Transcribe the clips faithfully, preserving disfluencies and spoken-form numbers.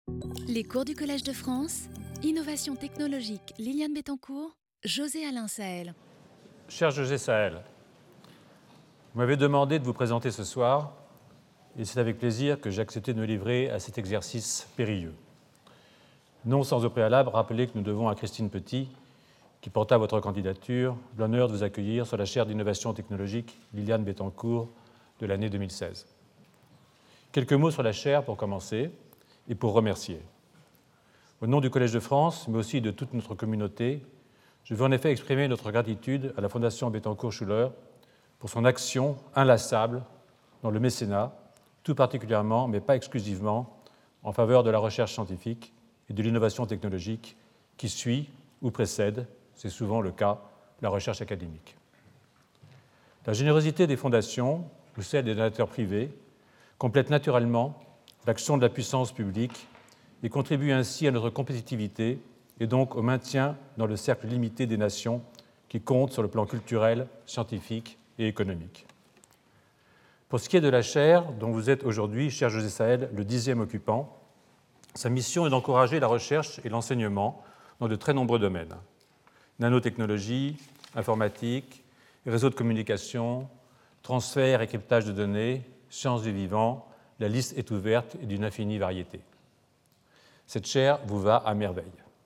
Les cours du Collège de France, Innovation technologique, Liliane Bettencourt, José Alain Sahel. Cher José Sahel, vous m'avez demandé de vous présenter ce soir et c'est avec plaisir que j'ai accepté de me livrer à cet exercice périlleux. Non sans au préalable rappeler que nous devons à Christine Petit, qui porta votre candidature, l'honneur de vous accueillir sur la chaire d'innovation technologique Liliane Bettencourt de l'année deux mille seize. Quelques mots sur la chaire pour commencer et pour remercier. Au nom du Collège de France, mais aussi de toute notre communauté, je veux en effet exprimer notre gratitude à la Fondation Bettencourt-Schuller pour son action inlassable dans le mécénat, tout particulièrement, mais pas exclusivement, en faveur de la recherche scientifique et de l'innovation technologique qui suit ou précède, c'est souvent le cas, la recherche académique. La générosité des fondations ou celle des donateurs privés complète naturellement l'action de la puissance publique et contribue ainsi à notre compétitivité et donc au maintien dans le cercle limité des nations qui comptent sur le plan culturel, scientifique et économique. Pour ce qui est de la chaire, dont vous êtes aujourd'hui, cher José Sahel, le dixième occupant, sa mission est d'encourager la recherche et l'enseignement dans de très nombreux domaines. Nanotechnologie, informatique, réseaux de communication, transfert et cryptage de données, sciences du vivant, la liste est ouverte et d'une infinie variété. Cette chaire vous va à merveille.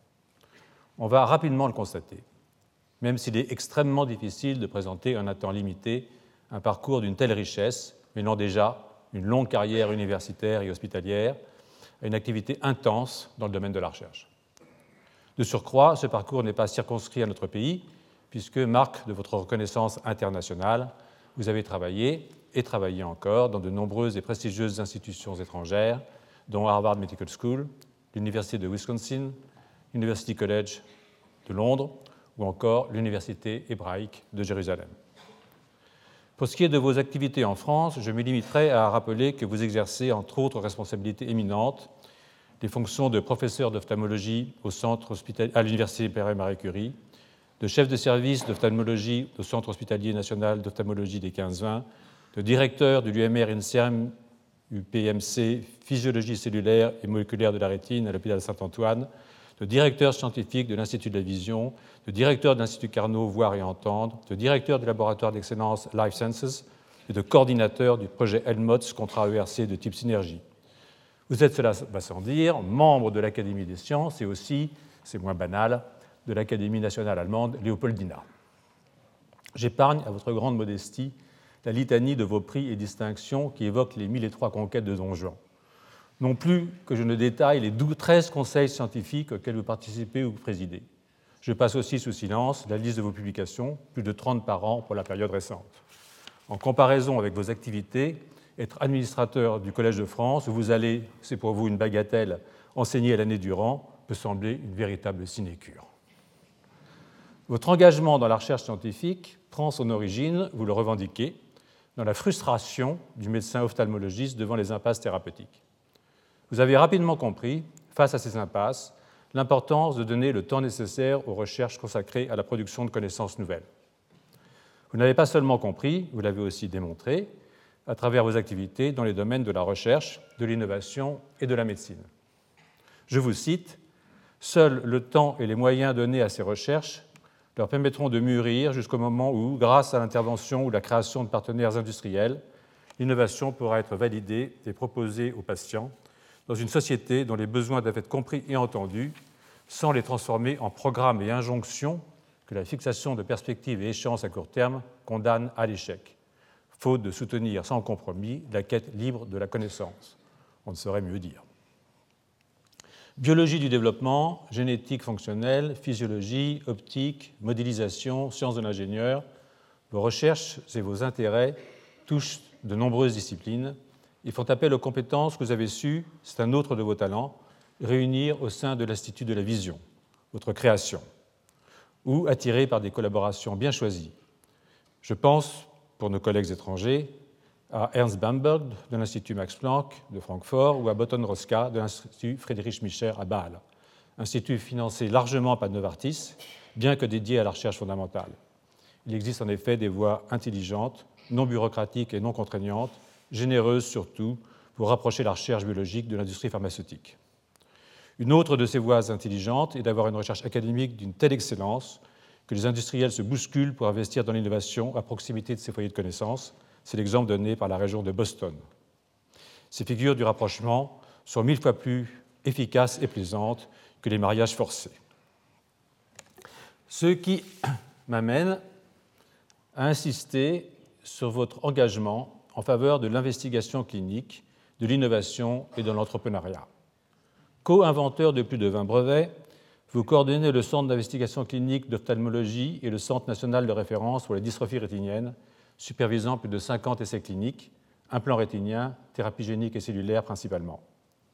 On va rapidement le constater, même s'il est extrêmement difficile de présenter en un temps limité un parcours d'une telle richesse, mêlant déjà une longue carrière universitaire et hospitalière à une activité intense dans le domaine de la recherche. De surcroît, ce parcours n'est pas circonscrit à notre pays, puisque, marque de votre reconnaissance internationale, vous avez travaillé et travaillé encore dans de nombreuses et prestigieuses institutions étrangères, dont Harvard Medical School, l'Université de Wisconsin, l'University College de Londres ou encore l'Université hébraïque de Jérusalem. Pour ce qui est de vos activités en France, je me limiterai à rappeler que vous exercez, entre autres responsabilités éminentes, les fonctions de professeur d'ophtalmologie au centre hospitalier, à l'Université Marie Curie, de chef de service d'ophtalmologie au Centre hospitalier national d'ophtalmologie des quinze vingt, de directeur de l'U M R INSERM U P M C, physiologie cellulaire et moléculaire de la rétine à l'hôpital Saint-Antoine, de directeur scientifique de l'Institut de la Vision, de directeur de l'Institut Carnot Voir et Entendre, de directeur du laboratoire d'excellence Life Sciences et de coordinateur du projet Helmholtz contrat E R C de type Synergie. Vous êtes, cela va sans dire, membre de l'Académie des sciences et aussi, c'est moins banal, de l'Académie nationale allemande Léopoldina. J'épargne, à votre grande modestie, la litanie de vos prix et distinctions qui évoquent les mille et trois conquêtes de Don Juan. Non plus que je ne détaille les treize conseils scientifiques auxquels vous participez ou vous présidez. Je passe aussi sous silence la liste de vos publications, plus de trente par an pour la période récente. En comparaison avec vos activités, être administrateur du Collège de France, où vous allez, c'est pour vous une bagatelle, enseigner l'année durant, peut sembler une véritable sinécure. Votre engagement dans la recherche scientifique prend son origine, vous le revendiquez, dans la frustration du médecin ophtalmologiste devant les impasses thérapeutiques. Vous avez rapidement compris, face à ces impasses, l'importance de donner le temps nécessaire aux recherches consacrées à la production de connaissances nouvelles. Vous n'avez pas seulement compris, vous l'avez aussi démontré, à travers vos activités dans les domaines de la recherche, de l'innovation et de la médecine. Je vous cite, « Seul le temps et les moyens donnés à ces recherches leur permettront de mûrir jusqu'au moment où, grâce à l'intervention ou la création de partenaires industriels, l'innovation pourra être validée et proposée aux patients dans une société dont les besoins doivent être compris et entendus, sans les transformer en programmes et injonctions que la fixation de perspectives et échéances à court terme condamne à l'échec, faute de soutenir sans compromis la quête libre de la connaissance. » On ne saurait mieux dire. Biologie du développement, génétique fonctionnelle, physiologie, optique, modélisation, sciences de l'ingénieur, vos recherches et vos intérêts touchent de nombreuses disciplines et font appel aux compétences que vous avez su, c'est un autre de vos talents, réunir au sein de l'Institut de la Vision, votre création, ou attirés par des collaborations bien choisies. Je pense, pour nos collègues étrangers, à Ernst Bamberg de l'Institut Max Planck de Francfort ou à Boton Roska de l'Institut Friedrich Micher à Bâle, institut financé largement par Novartis, bien que dédié à la recherche fondamentale. Il existe en effet des voies intelligentes, non bureaucratiques et non contraignantes, généreuses surtout, pour rapprocher la recherche biologique de l'industrie pharmaceutique. Une autre de ces voies intelligentes est d'avoir une recherche académique d'une telle excellence que les industriels se bousculent pour investir dans l'innovation à proximité de ces foyers de connaissances. C'est l'exemple donné par la région de Boston. Ces figures du rapprochement sont mille fois plus efficaces et plaisantes que les mariages forcés. Ce qui m'amène à insister sur votre engagement en faveur de l'investigation clinique, de l'innovation et de l'entrepreneuriat. Co-inventeur de plus de vingt brevets, vous coordonnez le Centre d'investigation clinique d'ophtalmologie et le Centre national de référence pour les dystrophies rétiniennes, supervisant plus de cinquante essais cliniques, implants rétiniens, thérapies géniques et cellulaires principalement.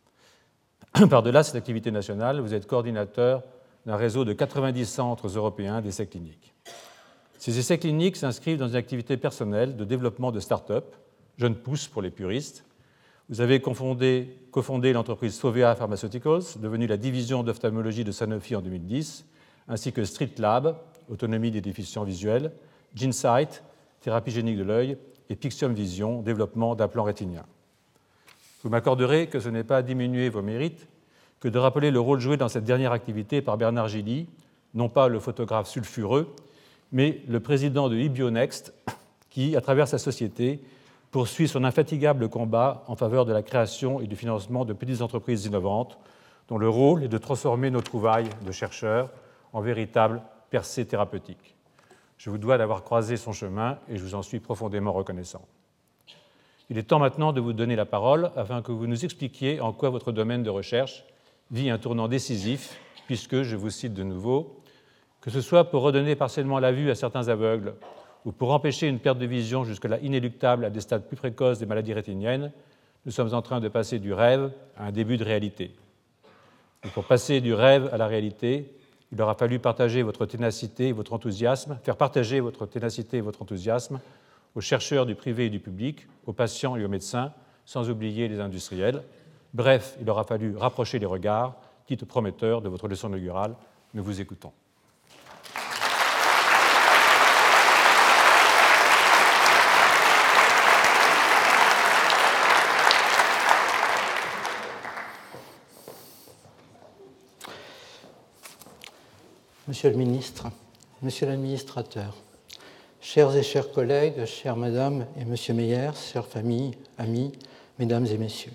Par-delà cette activité nationale, vous êtes coordinateur d'un réseau de quatre-vingt-dix centres européens d'essais cliniques. Ces essais cliniques s'inscrivent dans une activité personnelle de développement de start-up, jeune pousse pour les puristes. Vous avez cofondé, cofondé l'entreprise Fovea Pharmaceuticals, devenue la division d'ophtalmologie de Sanofi en deux mille dix, ainsi que Street Lab, autonomie des déficients visuels, GeneSight, thérapie génique de l'œil, et Pixium Vision, développement d'implants rétiniens. Vous m'accorderez que ce n'est pas diminuer vos mérites que de rappeler le rôle joué dans cette dernière activité par Bernard Gilly, non pas le photographe sulfureux, mais le président de eBionext, qui, à travers sa société, poursuit son infatigable combat en faveur de la création et du financement de petites entreprises innovantes, dont le rôle est de transformer nos trouvailles de chercheurs en véritables percées thérapeutiques. Je vous dois d'avoir croisé son chemin et je vous en suis profondément reconnaissant. Il est temps maintenant de vous donner la parole afin que vous nous expliquiez en quoi votre domaine de recherche vit un tournant décisif, puisque, je vous cite de nouveau, que ce soit pour redonner partiellement la vue à certains aveugles ou pour empêcher une perte de vision jusque-là inéluctable à des stades plus précoces des maladies rétiniennes, nous sommes en train de passer du rêve à un début de réalité. Et pour passer du rêve à la réalité, il aura fallu partager votre ténacité et votre enthousiasme, faire partager votre ténacité et votre enthousiasme aux chercheurs du privé et du public, aux patients et aux médecins, sans oublier les industriels. Bref, il aura fallu rapprocher les regards, titre prometteur de votre leçon inaugurale. Nous vous écoutons. Monsieur le ministre, monsieur l'administrateur, chers et chers collègues, chères madame et monsieur Meyers, chères familles, amis, mesdames et messieurs.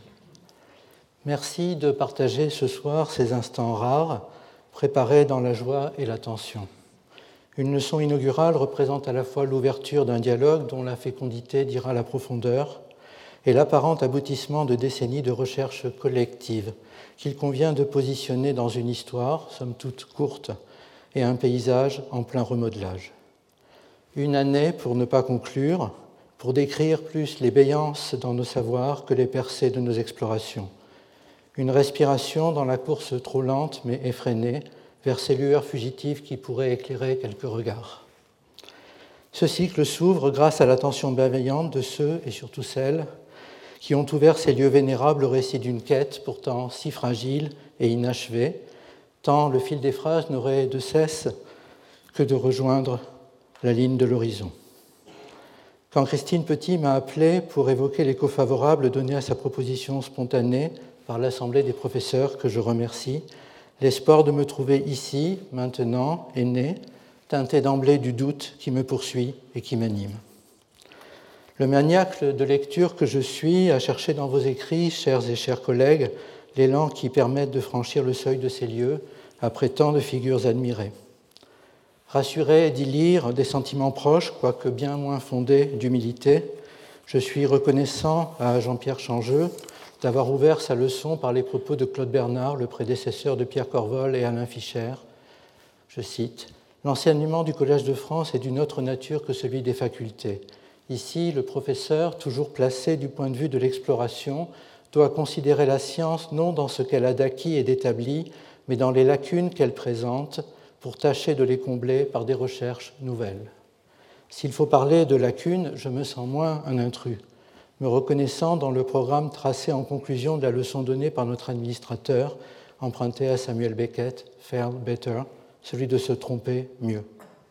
Merci de partager ce soir ces instants rares, préparés dans la joie et l'attention. Une leçon inaugurale représente à la fois l'ouverture d'un dialogue dont la fécondité dira la profondeur et l'apparent aboutissement de décennies de recherche collective qu'il convient de positionner dans une histoire, somme toute courte, et un paysage en plein remodelage. Une année pour ne pas conclure, pour décrire plus les béances dans nos savoirs que les percées de nos explorations. Une respiration dans la course trop lente mais effrénée vers ces lueurs fugitives qui pourraient éclairer quelques regards. Ce cycle s'ouvre grâce à l'attention bienveillante de ceux et surtout celles qui ont ouvert ces lieux vénérables au récit d'une quête pourtant si fragile et inachevée, tant le fil des phrases n'aurait de cesse que de rejoindre la ligne de l'horizon. Quand Christine Petit m'a appelé pour évoquer l'écho favorable donné à sa proposition spontanée par l'Assemblée des professeurs, que je remercie, l'espoir de me trouver ici, maintenant, est né, teinté d'emblée du doute qui me poursuit et qui m'anime. Le maniaque de lecture que je suis a cherché dans vos écrits, chers et chers collègues, l'élan qui permet de franchir le seuil de ces lieux après tant de figures admirées. Rassuré d'y lire des sentiments proches, quoique bien moins fondés, d'humilité, je suis reconnaissant à Jean-Pierre Changeux d'avoir ouvert sa leçon par les propos de Claude Bernard, le prédécesseur de Pierre Corvol et Alain Fischer. Je cite « L'enseignement du Collège de France est d'une autre nature que celui des facultés. Ici, le professeur, toujours placé du point de vue de l'exploration, doit considérer la science non dans ce qu'elle a d'acquis et d'établi, mais dans les lacunes qu'elle présente pour tâcher de les combler par des recherches nouvelles. S'il faut parler de lacunes, je me sens moins un intrus, me reconnaissant dans le programme tracé en conclusion de la leçon donnée par notre administrateur, emprunté à Samuel Beckett, « Fail better », celui de se tromper mieux.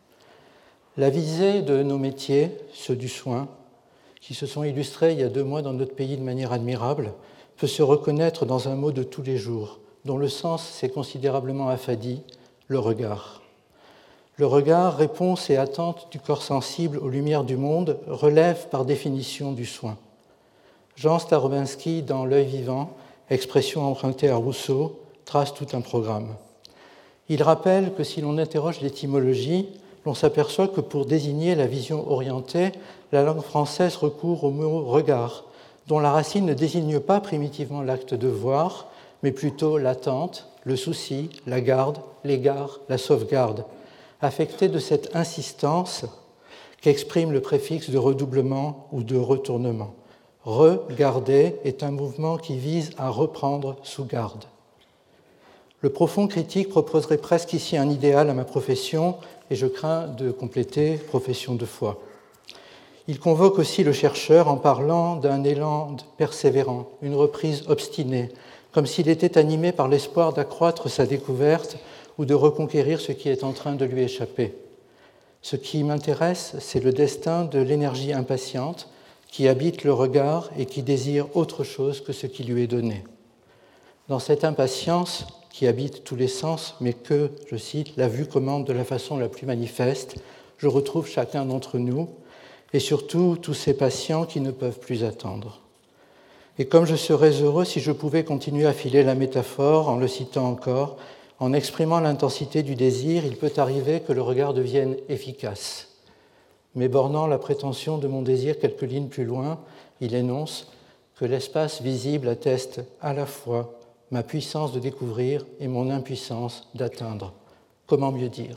La visée de nos métiers, ceux du soin, qui se sont illustrés il y a deux mois dans notre pays de manière admirable, peut se reconnaître dans un mot de tous les jours, dont le sens s'est considérablement affadi, le regard. Le regard, réponse et attente du corps sensible aux lumières du monde, relève par définition du soin. Jean Starobinski, dans L'œil vivant, expression empruntée à Rousseau, trace tout un programme. Il rappelle que si l'on interroge l'étymologie, l'on s'aperçoit que pour désigner la vision orientée, la langue française recourt au mot « regard », dont la racine ne désigne pas primitivement l'acte de voir, mais plutôt l'attente, le souci, la garde, l'égard, la sauvegarde, affecté de cette insistance qu'exprime le préfixe de redoublement ou de retournement. Regarder est un mouvement qui vise à reprendre sous garde. Le profond critique proposerait presque ici un idéal à ma profession, et je crains de compléter profession de foi. Il convoque aussi le chercheur en parlant d'un élan persévérant, une reprise obstinée, comme s'il était animé par l'espoir d'accroître sa découverte ou de reconquérir ce qui est en train de lui échapper. Ce qui m'intéresse, c'est le destin de l'énergie impatiente qui habite le regard et qui désire autre chose que ce qui lui est donné. Dans cette impatience qui habite tous les sens, mais que, je cite, la vue commande de la façon la plus manifeste, je retrouve chacun d'entre nous, et surtout tous ces patients qui ne peuvent plus attendre. Et comme je serais heureux si je pouvais continuer à filer la métaphore en le citant encore, en exprimant l'intensité du désir, il peut arriver que le regard devienne efficace. Mais bornant la prétention de mon désir quelques lignes plus loin, il énonce que l'espace visible atteste à la fois ma puissance de découvrir et mon impuissance d'atteindre. Comment mieux dire ?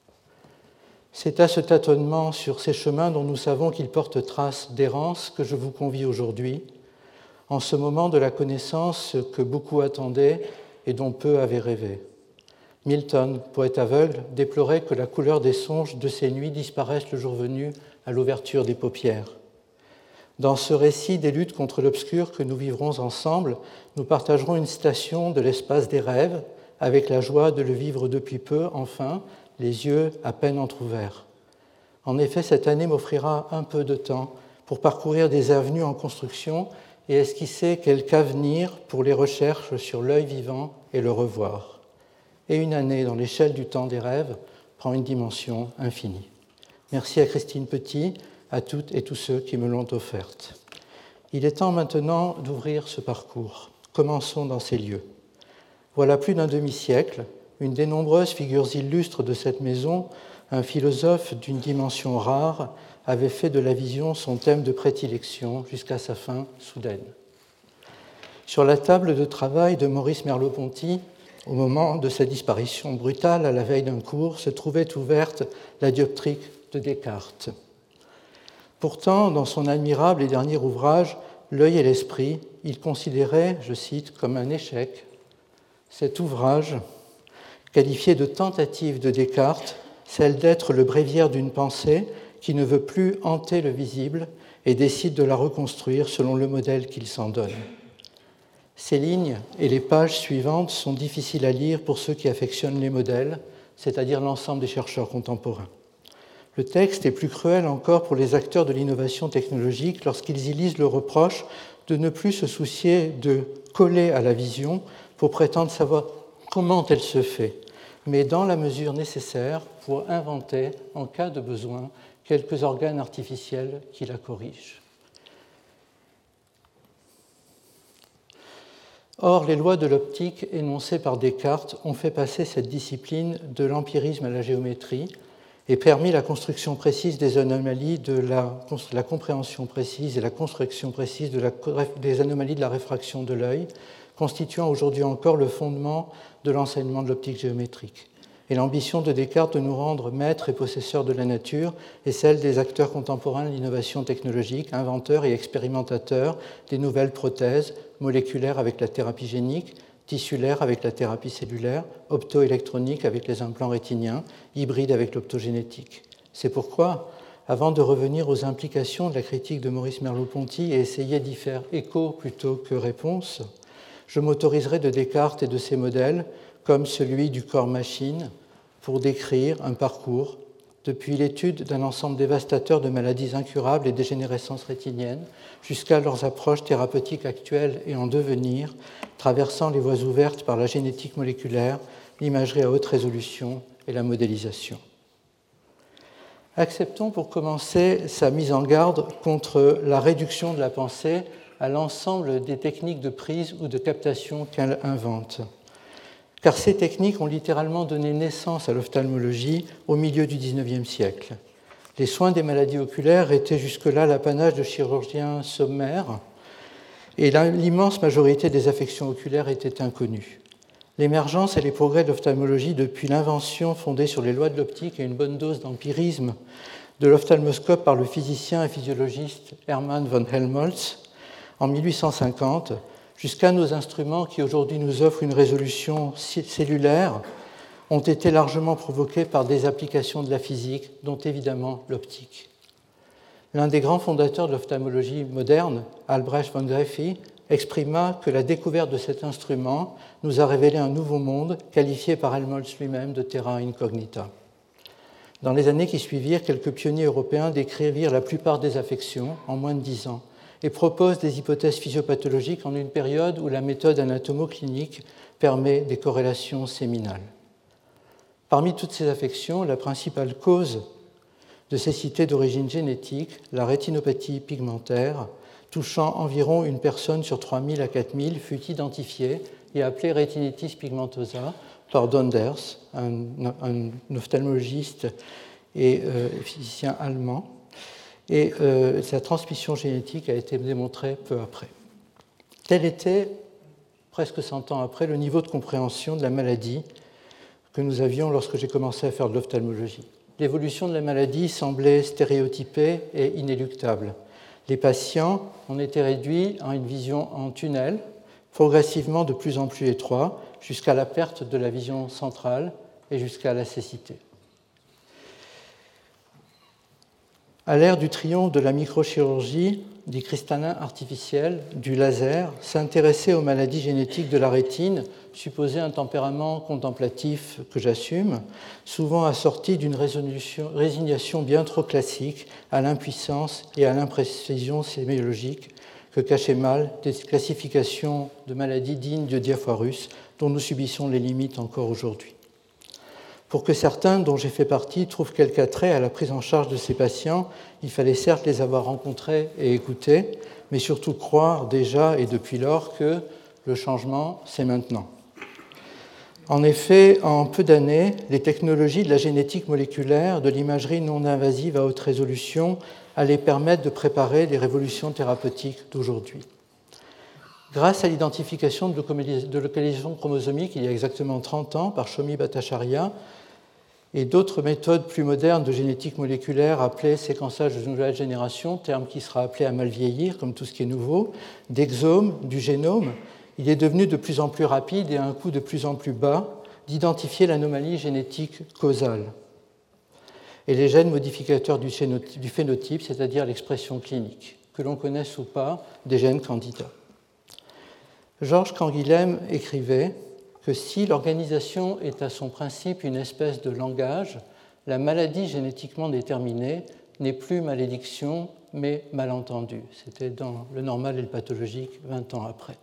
C'est à ce tâtonnement sur ces chemins dont nous savons qu'ils portent trace d'errance que je vous convie aujourd'hui, en ce moment de la connaissance que beaucoup attendaient et dont peu avaient rêvé. Milton, poète aveugle, déplorait que la couleur des songes de ces nuits disparaisse le jour venu à l'ouverture des paupières. Dans ce récit des luttes contre l'obscur que nous vivrons ensemble, nous partagerons une station de l'espace des rêves, avec la joie de le vivre depuis peu, enfin, les yeux à peine entr'ouverts. En effet, cette année m'offrira un peu de temps pour parcourir des avenues en construction et esquisser quelque avenir pour les recherches sur l'œil vivant et le revoir. Et une année dans l'échelle du temps des rêves prend une dimension infinie. Merci à Christine Petit, à toutes et tous ceux qui me l'ont offerte. Il est temps maintenant d'ouvrir ce parcours. Commençons dans ces lieux. Voilà plus d'un demi-siècle, une des nombreuses figures illustres de cette maison, un philosophe d'une dimension rare, avait fait de la vision son thème de prédilection jusqu'à sa fin soudaine. Sur la table de travail de Maurice Merleau-Ponty, au moment de sa disparition brutale à la veille d'un cours, se trouvait ouverte la dioptrique de Descartes. Pourtant, dans son admirable et dernier ouvrage, L'œil et l'esprit, il considérait, je cite, comme un échec cet ouvrage qualifié de tentative de Descartes, celle d'être le bréviaire d'une pensée qui ne veut plus hanter le visible et décide de la reconstruire selon le modèle qu'il s'en donne. Ces lignes et les pages suivantes sont difficiles à lire pour ceux qui affectionnent les modèles, c'est-à-dire l'ensemble des chercheurs contemporains. Le texte est plus cruel encore pour les acteurs de l'innovation technologique lorsqu'ils y lisent le reproche de ne plus se soucier de coller à la vision pour prétendre savoir comment elle se fait, mais dans la mesure nécessaire pour inventer, en cas de besoin, quelques organes artificiels qui la corrigent. Or, les lois de l'optique énoncées par Descartes ont fait passer cette discipline de l'empirisme à la géométrie et permis la construction précise des anomalies, de la, la compréhension précise et la construction précise de la, des anomalies de la réfraction de l'œil, constituant aujourd'hui encore le fondement de l'enseignement de l'optique géométrique. Et l'ambition de Descartes de nous rendre maîtres et possesseurs de la nature est celle des acteurs contemporains de l'innovation technologique, inventeurs et expérimentateurs des nouvelles prothèses moléculaires avec la thérapie génique, tissulaires avec la thérapie cellulaire, optoélectronique avec les implants rétiniens, hybrides avec l'optogénétique. C'est pourquoi, avant de revenir aux implications de la critique de Maurice Merleau-Ponty et essayer d'y faire écho plutôt que réponse, je m'autoriserai de Descartes et de ses modèles, comme celui du corps-machine, pour décrire un parcours depuis l'étude d'un ensemble dévastateur de maladies incurables et dégénérescences rétiniennes, jusqu'à leurs approches thérapeutiques actuelles et en devenir, traversant les voies ouvertes par la génétique moléculaire, l'imagerie à haute résolution et la modélisation. Acceptons pour commencer sa mise en garde contre la réduction de la pensée à l'ensemble des techniques de prise ou de captation qu'elle invente. Car ces techniques ont littéralement donné naissance à l'ophtalmologie au milieu du dix-neuvième siècle. Les soins des maladies oculaires étaient jusque-là l'apanage de chirurgiens sommaires et l'immense majorité des affections oculaires étaient inconnues. L'émergence et les progrès de l'ophtalmologie depuis l'invention fondée sur les lois de l'optique et une bonne dose d'empirisme de l'ophtalmoscope par le physicien et physiologiste Hermann von Helmholtz en mille huit cent cinquante, jusqu'à nos instruments qui aujourd'hui nous offrent une résolution cellulaire, ont été largement provoqués par des applications de la physique, dont évidemment l'optique. L'un des grands fondateurs de l'ophtalmologie moderne, Albrecht von Graefe, exprima que la découverte de cet instrument nous a révélé un nouveau monde, qualifié par Helmholtz lui-même de terra incognita. Dans les années qui suivirent, quelques pionniers européens décrivirent la plupart des affections en moins de dix ans et proposent des hypothèses physiopathologiques en une période où la méthode anatomoclinique permet des corrélations séminales. Parmi toutes ces affections, la principale cause de cécité d'origine génétique, la rétinopathie pigmentaire, touchant environ une personne sur trois mille à quatre mille, fut identifiée et appelée rétinitis pigmentosa par Donders, un, un ophtalmologiste et euh, physicien allemand, et euh, sa transmission génétique a été démontrée peu après. Tel était, presque cent ans après, le niveau de compréhension de la maladie que nous avions lorsque j'ai commencé à faire de l'ophtalmologie. L'évolution de la maladie semblait stéréotypée et inéluctable. Les patients en étaient réduits à une vision en tunnel, progressivement de plus en plus étroit, jusqu'à la perte de la vision centrale et jusqu'à la cécité. À l'ère du triomphe de la microchirurgie, du cristallin artificiel, du laser, s'intéresser aux maladies génétiques de la rétine supposait un tempérament contemplatif que j'assume, souvent assorti d'une résignation bien trop classique à l'impuissance et à l'imprécision sémiologique que cachaient mal des classifications de maladies dignes de Diafoirus dont nous subissons les limites encore aujourd'hui. Pour que certains, dont j'ai fait partie, trouvent quelque attrait à la prise en charge de ces patients, il fallait certes les avoir rencontrés et écoutés, mais surtout croire déjà et depuis lors que le changement, c'est maintenant. En effet, en peu d'années, les technologies de la génétique moléculaire, de l'imagerie non invasive à haute résolution allaient permettre de préparer les révolutions thérapeutiques d'aujourd'hui. Grâce à l'identification de localisation chromosomique il y a exactement trente ans par Shomi Bhattacharya et d'autres méthodes plus modernes de génétique moléculaire appelées séquençage de nouvelle génération, terme qui sera appelé à mal vieillir comme tout ce qui est nouveau, d'exome, du génome, il est devenu de plus en plus rapide et à un coût de plus en plus bas d'identifier l'anomalie génétique causale et les gènes modificateurs du phénotype, c'est-à-dire l'expression clinique, que l'on connaisse ou pas des gènes candidats. Georges Canguilhem écrivait que si l'organisation est à son principe une espèce de langage, la maladie génétiquement déterminée n'est plus malédiction, mais malentendu. C'était dans Le normal et le pathologique vingt ans après.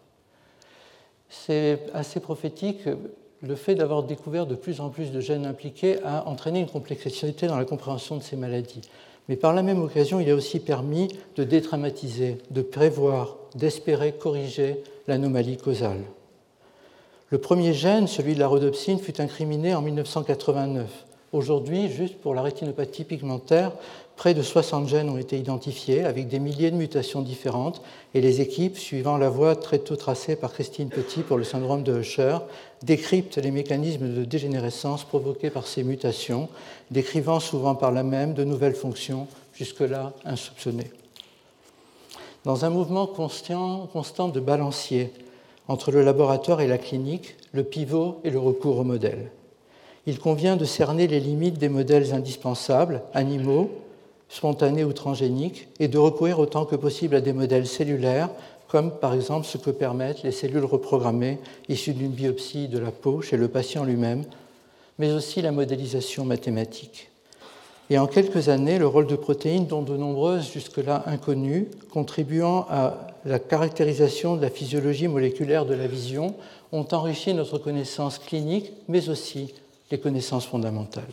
C'est assez prophétique. Le fait d'avoir découvert de plus en plus de gènes impliqués a entraîné une complexité dans la compréhension de ces maladies. Mais par la même occasion, il a aussi permis de dédramatiser, de prévoir, d'espérer corriger l'anomalie causale. Le premier gène, celui de la rhodopsine, fut incriminé en mille neuf cent quatre-vingt-neuf. Aujourd'hui, juste pour la rétinopathie pigmentaire, près de soixante gènes ont été identifiés avec des milliers de mutations différentes et les équipes, suivant la voie très tôt tracée par Christine Petit pour le syndrome de Usher, décryptent les mécanismes de dégénérescence provoqués par ces mutations, décrivant souvent par là même de nouvelles fonctions jusque-là insoupçonnées. Dans un mouvement constant, constant de balancier entre le laboratoire et la clinique, le pivot et le recours au modèle. Il convient de cerner les limites des modèles indispensables, animaux, spontanés ou transgéniques, et de recourir autant que possible à des modèles cellulaires, comme par exemple ce que permettent les cellules reprogrammées issues d'une biopsie de la peau chez le patient lui-même, mais aussi la modélisation mathématique. et en quelques années, le rôle de protéines, dont de nombreuses jusque-là inconnues, contribuant à la caractérisation de la physiologie moléculaire de la vision, ont enrichi notre connaissance clinique, mais aussi les connaissances fondamentales.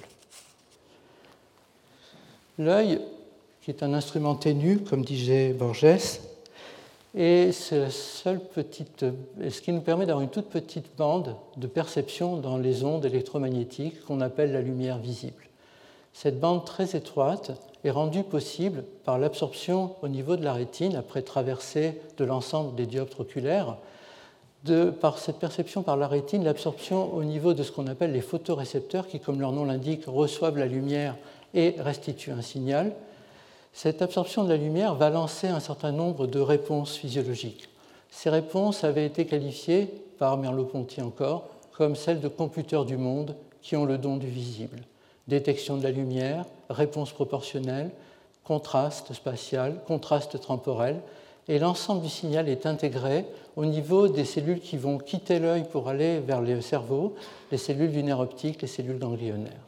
L'œil, qui est un instrument ténu, comme disait Borges, et c'est la seule petite, ce qui nous permet d'avoir une toute petite bande de perception dans les ondes électromagnétiques qu'on appelle la lumière visible. Cette bande très étroite est rendue possible par l'absorption au niveau de la rétine, après traversée de l'ensemble des dioptres oculaires, de, par cette perception par la rétine, l'absorption au niveau de ce qu'on appelle les photorécepteurs, qui, comme leur nom l'indique, reçoivent la lumière et restituent un signal. Cette absorption de la lumière va lancer un certain nombre de réponses physiologiques. Ces réponses avaient été qualifiées, par Merleau-Ponty encore, comme celles de computeurs du monde qui ont le don du visible. Détection de la lumière, réponse proportionnelle, contraste spatial, contraste temporel, et l'ensemble du signal est intégré au niveau des cellules qui vont quitter l'œil pour aller vers le cerveau, les cellules du nerf optique, les cellules ganglionnaires.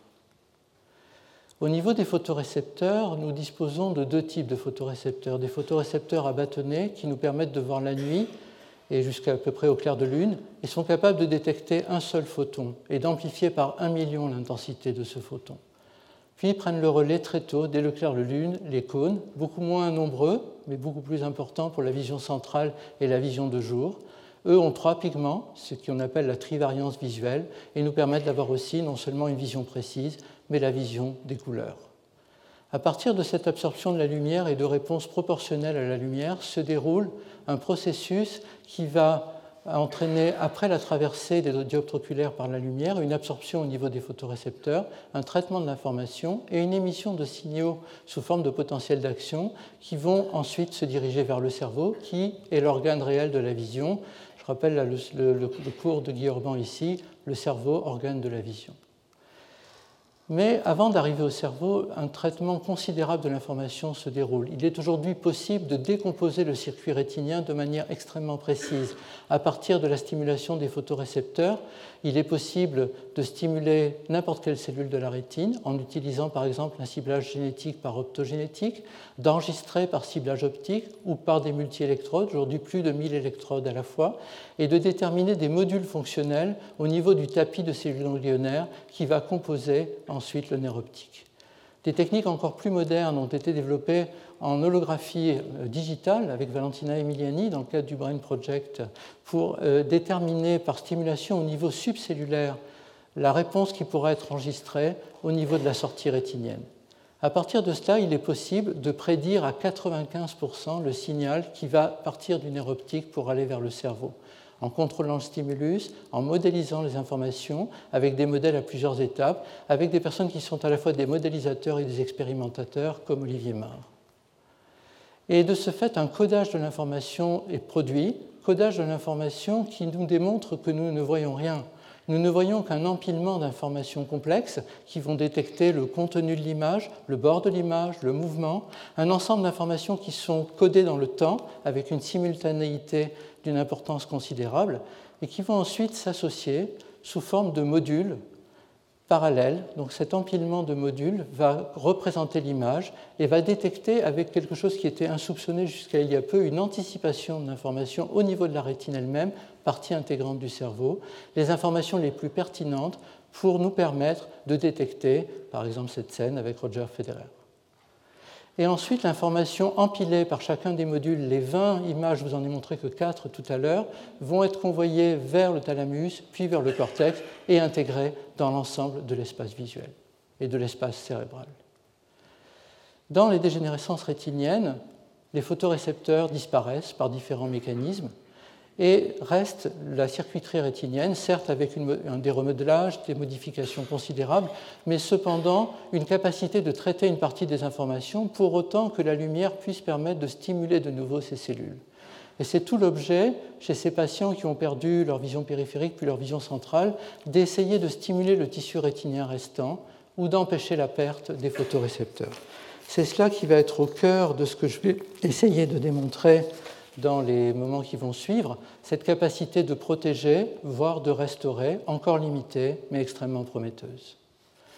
Au niveau des photorécepteurs, nous disposons de deux types de photorécepteurs. Des photorécepteurs à bâtonnets qui nous permettent de voir la nuit et jusqu'à peu près au clair de lune, et sont capables de détecter un seul photon et d'amplifier par un million l'intensité de ce photon. Puis prennent le relais très tôt, dès le clair de lune, les cônes, beaucoup moins nombreux, mais beaucoup plus importants pour la vision centrale et la vision de jour. Eux ont trois pigments, ce qu'on appelle la trivariance visuelle, et nous permettent d'avoir aussi non seulement une vision précise, mais la vision des couleurs. À partir de cette absorption de la lumière et de réponses proportionnelles à la lumière, se déroule un processus qui va entraîner, après la traversée des dioptres oculaires par la lumière, une absorption au niveau des photorécepteurs, un traitement de l'information et une émission de signaux sous forme de potentiel d'action qui vont ensuite se diriger vers le cerveau, qui est l'organe réel de la vision. Je rappelle le, le, le cours de Guy Orban ici, le cerveau, organe de la vision. Mais avant d'arriver au cerveau, un traitement considérable de l'information se déroule. Il est aujourd'hui possible de décomposer le circuit rétinien de manière extrêmement précise. À partir de la stimulation des photorécepteurs, il est possible de stimuler n'importe quelle cellule de la rétine en utilisant par exemple un ciblage génétique par optogénétique, d'enregistrer par ciblage optique ou par des multi-électrodes, aujourd'hui plus de mille électrodes à la fois, et de déterminer des modules fonctionnels au niveau du tapis de cellules ganglionnaires qui va composer ensuite le nerf optique. Des techniques encore plus modernes ont été développées en holographie digitale avec Valentina Emiliani dans le cadre du Brain Project pour déterminer par stimulation au niveau subcellulaire la réponse qui pourra être enregistrée au niveau de la sortie rétinienne. À partir de cela, il est possible de prédire à quatre-vingt-quinze pour cent le signal qui va partir du nerf optique pour aller vers le cerveau, en contrôlant le stimulus, en modélisant les informations avec des modèles à plusieurs étapes, avec des personnes qui sont à la fois des modélisateurs et des expérimentateurs, comme Olivier Marre. Et de ce fait, un codage de l'information est produit, codage de l'information qui nous démontre que nous ne voyons rien. Nous ne voyons qu'un empilement d'informations complexes qui vont détecter le contenu de l'image, le bord de l'image, le mouvement, un ensemble d'informations qui sont codées dans le temps avec une simultanéité d'une importance considérable et qui vont ensuite s'associer sous forme de modules parallèles. Donc cet empilement de modules va représenter l'image et va détecter avec quelque chose qui était insoupçonné jusqu'à il y a peu, une anticipation de l'information au niveau de la rétine elle-même, partie intégrante du cerveau, les informations les plus pertinentes pour nous permettre de détecter, par exemple cette scène avec Roger Federer. Et ensuite, l'information empilée par chacun des modules, les vingt images, je vous en ai montré que quatre tout à l'heure, vont être convoyées vers le thalamus, puis vers le cortex, et intégrées dans l'ensemble de l'espace visuel et de l'espace cérébral. Dans les dégénérescences rétiniennes, les photorécepteurs disparaissent par différents mécanismes, et reste la circuiterie rétinienne, certes avec une, un, des remodelages, des modifications considérables, mais cependant une capacité de traiter une partie des informations pour autant que la lumière puisse permettre de stimuler de nouveau ces cellules. Et c'est tout l'objet, chez ces patients qui ont perdu leur vision périphérique puis leur vision centrale, d'essayer de stimuler le tissu rétinien restant ou d'empêcher la perte des photorécepteurs. C'est cela qui va être au cœur de ce que je vais essayer de démontrer dans les moments qui vont suivre, cette capacité de protéger, voire de restaurer, encore limitée, mais extrêmement prometteuse.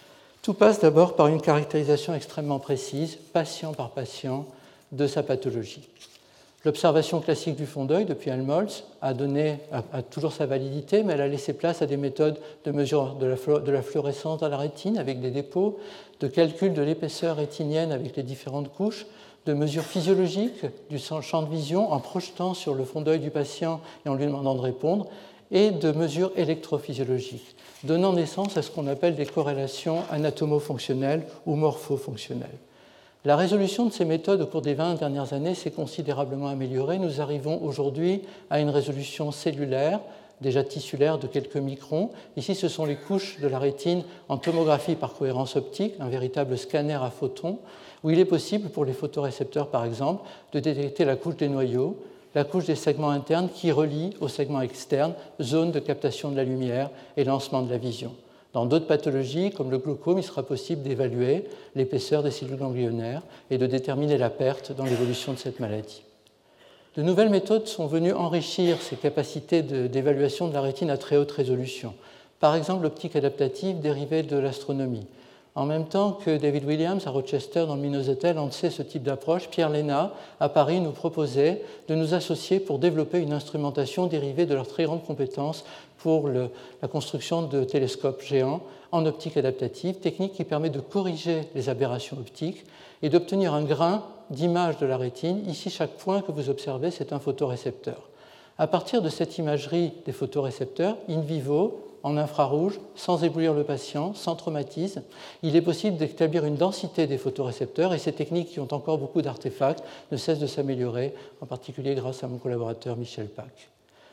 Tout passe d'abord par une caractérisation extrêmement précise, patient par patient, de sa pathologie. L'observation classique du fond d'œil depuis Helmholtz a, donné, a, a toujours sa validité, mais elle a laissé place à des méthodes de mesure de la, de la fluorescence dans la rétine avec des dépôts, de calcul de l'épaisseur rétinienne avec les différentes couches, de mesures physiologiques du champ de vision en projetant sur le fond d'œil du patient et en lui demandant de répondre, et de mesures électrophysiologiques, donnant naissance à ce qu'on appelle des corrélations anatomo-fonctionnelles ou morpho-fonctionnelles. La résolution de ces méthodes au cours des vingt dernières années s'est considérablement améliorée. Nous arrivons aujourd'hui à une résolution cellulaire, déjà tissulaire de quelques microns. Ici, ce sont les couches de la rétine en tomographie par cohérence optique, un véritable scanner à photons, où il est possible pour les photorécepteurs, par exemple, de détecter la couche des noyaux, la couche des segments internes qui relient aux segments externes, zone de captation de la lumière et lancement de la vision. Dans d'autres pathologies, comme le glaucome, il sera possible d'évaluer l'épaisseur des cellules ganglionnaires et de déterminer la perte dans l'évolution de cette maladie. De nouvelles méthodes sont venues enrichir ces capacités de, d'évaluation de la rétine à très haute résolution. Par exemple, l'optique adaptative dérivée de l'astronomie. En même temps que David Williams à Rochester dans le Minnesota lançait ce type d'approche, Pierre Léna à Paris nous proposait de nous associer pour développer une instrumentation dérivée de leurs très grandes compétences pour le, la construction de télescopes géants en optique adaptative, technique qui permet de corriger les aberrations optiques et d'obtenir un grain d'image de la rétine. Ici, chaque point que vous observez, c'est un photorécepteur. À partir de cette imagerie des photorécepteurs, in vivo, en infrarouge, sans éblouir le patient, sans traumatisme, il est possible d'établir une densité des photorécepteurs et ces techniques qui ont encore beaucoup d'artefacts ne cessent de s'améliorer, en particulier grâce à mon collaborateur Michel Pack.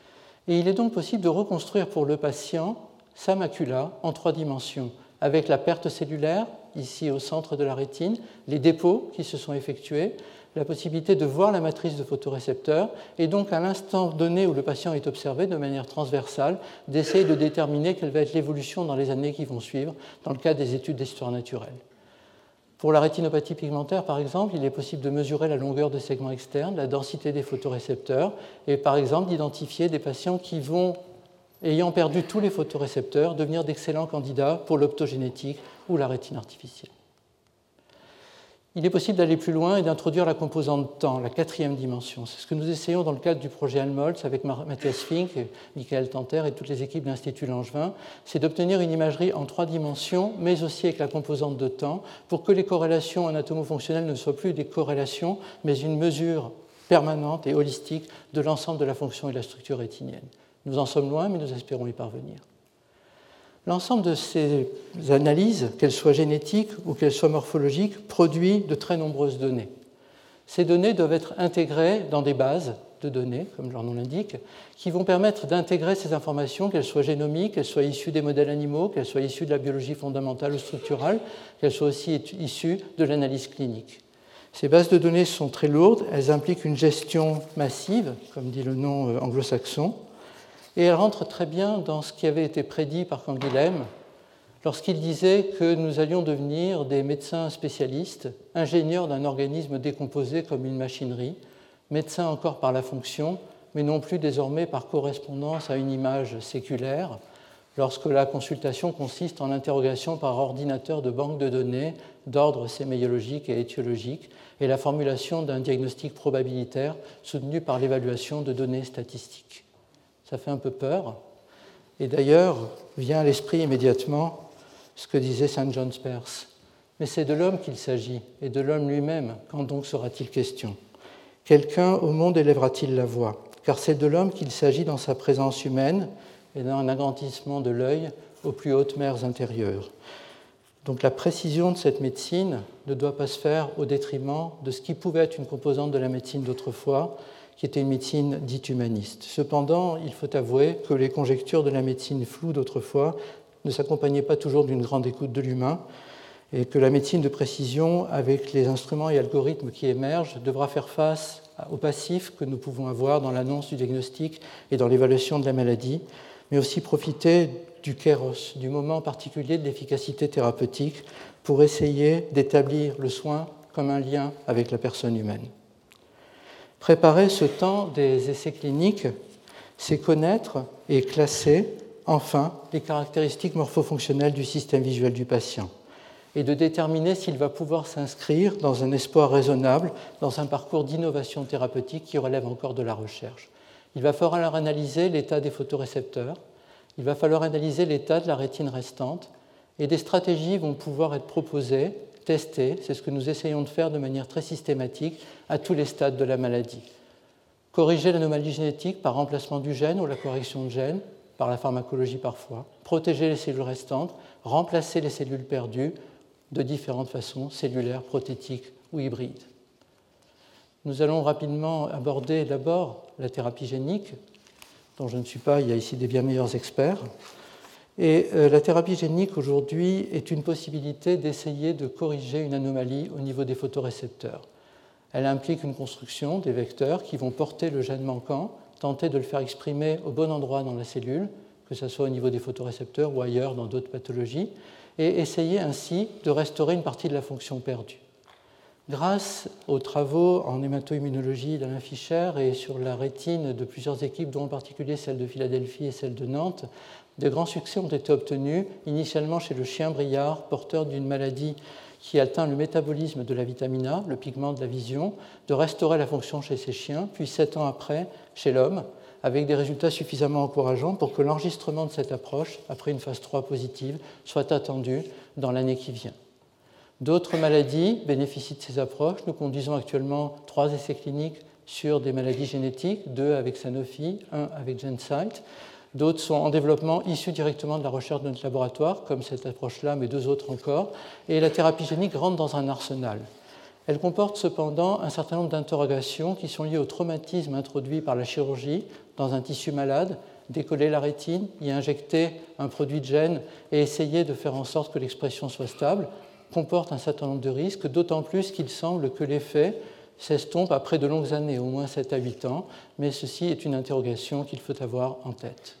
Et il est donc possible de reconstruire pour le patient sa macula en trois dimensions, avec la perte cellulaire, ici au centre de la rétine, les dépôts qui se sont effectués, la possibilité de voir la matrice de photorécepteurs et donc à l'instant donné où le patient est observé de manière transversale, d'essayer de déterminer quelle va être l'évolution dans les années qui vont suivre dans le cadre des études d'histoire naturelle. Pour la rétinopathie pigmentaire, par exemple, il est possible de mesurer la longueur des segments externes, la densité des photorécepteurs et par exemple d'identifier des patients qui vont, ayant perdu tous les photorécepteurs, devenir d'excellents candidats pour l'optogénétique ou la rétine artificielle. Il est possible d'aller plus loin et d'introduire la composante temps, la quatrième dimension. C'est ce que nous essayons dans le cadre du projet Helmholtz avec Matthias Fink, et Michael Tanter et toutes les équipes de l'Institut Langevin, c'est d'obtenir une imagerie en trois dimensions, mais aussi avec la composante de temps, pour que les corrélations anatomo-fonctionnelles ne soient plus des corrélations, mais une mesure permanente et holistique de l'ensemble de la fonction et de la structure rétinienne. Nous en sommes loin, mais nous espérons y parvenir. L'ensemble de ces analyses, qu'elles soient génétiques ou qu'elles soient morphologiques, produit de très nombreuses données. Ces données doivent être intégrées dans des bases de données, comme leur nom l'indique, qui vont permettre d'intégrer ces informations, qu'elles soient génomiques, qu'elles soient issues des modèles animaux, qu'elles soient issues de la biologie fondamentale ou structurale, qu'elles soient aussi issues de l'analyse clinique. Ces bases de données sont très lourdes, elles impliquent une gestion massive, comme dit le nom anglo-saxon, et elle rentre très bien dans ce qui avait été prédit par Canguilhem lorsqu'il disait que nous allions devenir des médecins spécialistes, ingénieurs d'un organisme décomposé comme une machinerie, médecins encore par la fonction, mais non plus désormais par correspondance à une image séculaire, lorsque la consultation consiste en l'interrogation par ordinateur de banques de données d'ordre séméiologique et étiologique et la formulation d'un diagnostic probabilitaire soutenu par l'évaluation de données statistiques. Ça fait un peu peur. Et d'ailleurs, vient à l'esprit immédiatement ce que disait Saint John Peirce. Mais c'est de l'homme qu'il s'agit, et de l'homme lui-même. Quand donc sera-t-il question ? Quelqu'un au monde élèvera-t-il la voix ? Car c'est de l'homme qu'il s'agit dans sa présence humaine et dans un agrandissement de l'œil aux plus hautes mers intérieures. Donc la précision de cette médecine ne doit pas se faire au détriment de ce qui pouvait être une composante de la médecine d'autrefois, qui était une médecine dite humaniste. Cependant, il faut avouer que les conjectures de la médecine floue d'autrefois ne s'accompagnaient pas toujours d'une grande écoute de l'humain, et que la médecine de précision, avec les instruments et algorithmes qui émergent, devra faire face aux passifs que nous pouvons avoir dans l'annonce du diagnostic et dans l'évaluation de la maladie, mais aussi profiter du kéros, du moment particulier de l'efficacité thérapeutique, pour essayer d'établir le soin comme un lien avec la personne humaine. Préparer ce temps des essais cliniques, c'est connaître et classer, enfin, les caractéristiques morphofonctionnelles du système visuel du patient. et de déterminer s'il va pouvoir s'inscrire dans un espoir raisonnable, dans un parcours d'innovation thérapeutique qui relève encore de la recherche. Il va falloir analyser l'état des photorécepteurs, il va falloir analyser l'état de la rétine restante, et des stratégies vont pouvoir être proposées, testées, c'est ce que nous essayons de faire de manière très systématique à tous les stades de la maladie. Corriger l'anomalie génétique par remplacement du gène ou la correction de gène, par la pharmacologie parfois, protéger les cellules restantes, remplacer les cellules perdues de différentes façons, cellulaires, prothétiques ou hybrides. Nous allons rapidement aborder d'abord la thérapie génique, dont je ne suis pas, il y a ici des bien meilleurs experts. Et euh, la thérapie génique aujourd'hui est une possibilité d'essayer de corriger une anomalie au niveau des photorécepteurs. Elle implique une construction des vecteurs qui vont porter le gène manquant, tenter de le faire exprimer au bon endroit dans la cellule, que ce soit au niveau des photorécepteurs ou ailleurs dans d'autres pathologies, et essayer ainsi de restaurer une partie de la fonction perdue. Grâce aux travaux en hémato-immunologie d'Alain Fischer et sur la rétine de plusieurs équipes, dont en particulier celle de Philadelphie et celle de Nantes, de grands succès ont été obtenus, initialement chez le chien briard, porteur d'une maladie qui atteint le métabolisme de la vitamine A, le pigment de la vision, de restaurer la fonction chez ces chiens, puis sept ans après, chez l'homme, avec des résultats suffisamment encourageants pour que l'enregistrement de cette approche, après une phase trois positive, soit attendu dans l'année qui vient. D'autres maladies bénéficient de ces approches. Nous conduisons actuellement trois essais cliniques sur des maladies génétiques, deux avec Sanofi, un avec Gencyte. D'autres sont en développement issus directement de la recherche de notre laboratoire, comme cette approche-là, mais deux autres encore. Et la thérapie génique rentre dans un arsenal. Elle comporte cependant un certain nombre d'interrogations qui sont liées au traumatisme introduit par la chirurgie dans un tissu malade, décoller la rétine, y injecter un produit de gène et essayer de faire en sorte que l'expression soit stable, comporte un certain nombre de risques, d'autant plus qu'il semble que l'effet s'estompe après de longues années, au moins sept à huit ans, mais ceci est une interrogation qu'il faut avoir en tête.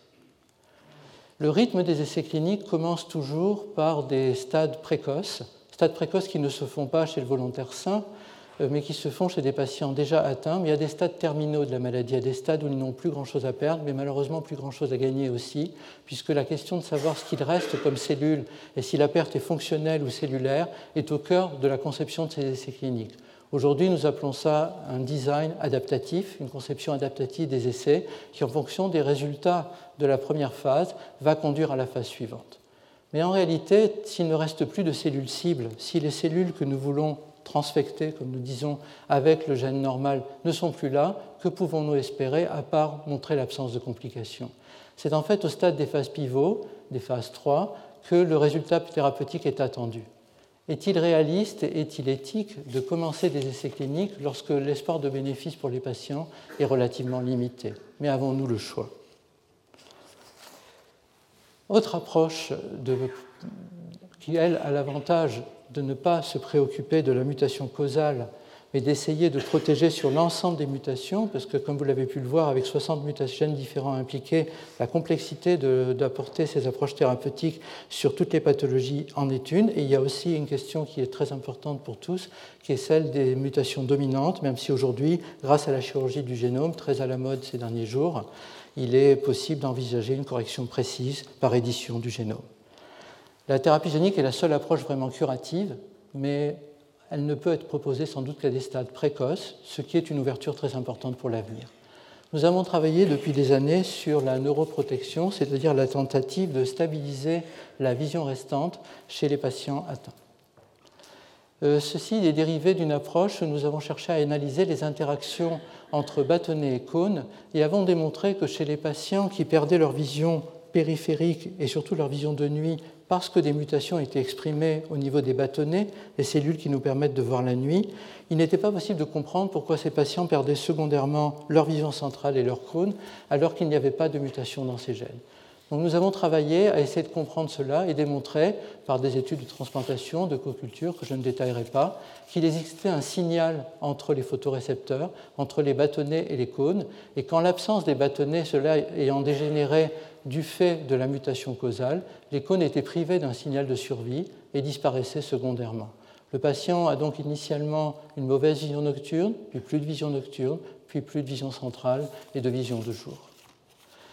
Le rythme des essais cliniques commence toujours par des stades précoces, stades précoces qui ne se font pas chez le volontaire sain, mais qui se font chez des patients déjà atteints. Mais il y a des stades terminaux de la maladie, il y a des stades où ils n'ont plus grand-chose à perdre, mais malheureusement plus grand-chose à gagner aussi, puisque la question de savoir ce qu'il reste comme cellule et si la perte est fonctionnelle ou cellulaire est au cœur de la conception de ces essais cliniques. Aujourd'hui, nous appelons ça un design adaptatif, une conception adaptative des essais qui, en fonction des résultats de la première phase, va conduire à la phase suivante. Mais en réalité, s'il ne reste plus de cellules cibles, si les cellules que nous voulons transfectées, comme nous disons, avec le gène normal, ne sont plus là, que pouvons-nous espérer à part montrer l'absence de complications? C'est en fait au stade des phases pivots, des phases trois, que le résultat thérapeutique est attendu. Est-il réaliste et est-il éthique de commencer des essais cliniques lorsque l'espoir de bénéfice pour les patients est relativement limité? Mais avons-nous le choix? Autre approche de, qui, elle, a l'avantage de ne pas se préoccuper de la mutation causale, mais d'essayer de protéger sur l'ensemble des mutations, parce que, comme vous l'avez pu le voir, avec soixante mutations différents impliqués, la complexité de, d'apporter ces approches thérapeutiques sur toutes les pathologies en est une. Et il y a aussi une question qui est très importante pour tous, qui est celle des mutations dominantes, même si aujourd'hui, grâce à la chirurgie du génome, très à la mode ces derniers jours, il est possible d'envisager une correction précise par édition du génome. La thérapie génique est la seule approche vraiment curative, mais elle ne peut être proposée sans doute qu'à des stades précoces, ce qui est une ouverture très importante pour l'avenir. Nous avons travaillé depuis des années sur la neuroprotection, c'est-à-dire la tentative de stabiliser la vision restante chez les patients atteints. Euh, ceci est dérivé d'une approche où nous avons cherché à analyser les interactions entre bâtonnets et cônes et avons démontré que chez les patients qui perdaient leur vision périphérique et surtout leur vision de nuit parce que des mutations étaient exprimées au niveau des bâtonnets, les cellules qui nous permettent de voir la nuit, il n'était pas possible de comprendre pourquoi ces patients perdaient secondairement leur vision centrale et leur cône alors qu'il n'y avait pas de mutation dans ces gènes. Donc nous avons travaillé à essayer de comprendre cela et démontrer par des études de transplantation, de co-culture, que je ne détaillerai pas, qu'il existait un signal entre les photorécepteurs, entre les bâtonnets et les cônes, et qu'en l'absence des bâtonnets, cela ayant dégénéré du fait de la mutation causale, les cônes étaient privés d'un signal de survie et disparaissaient secondairement. Le patient a donc initialement une mauvaise vision nocturne, puis plus de vision nocturne, puis plus de vision centrale et de vision de jour.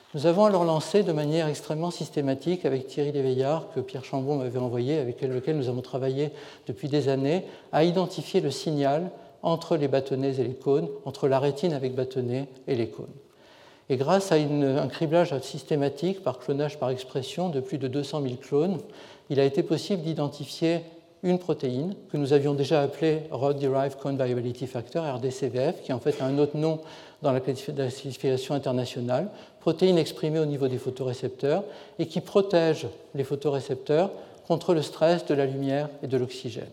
Nous avons alors lancé de manière extrêmement systématique avec Thierry Léveillard, que Pierre Chambon m'avait envoyé, avec lequel nous avons travaillé depuis des années, à identifier le signal entre les bâtonnets et les cônes, entre la rétine avec bâtonnets et les cônes. Et grâce à une, un criblage systématique par clonage par expression de plus de deux cent mille clones, il a été possible d'identifier une protéine que nous avions déjà appelée Rod Derived Cone Variability Factor, R D C V F, qui en fait a un autre nom dans la classification internationale, protéine exprimée au niveau des photorécepteurs et qui protège les photorécepteurs contre le stress de la lumière et de l'oxygène.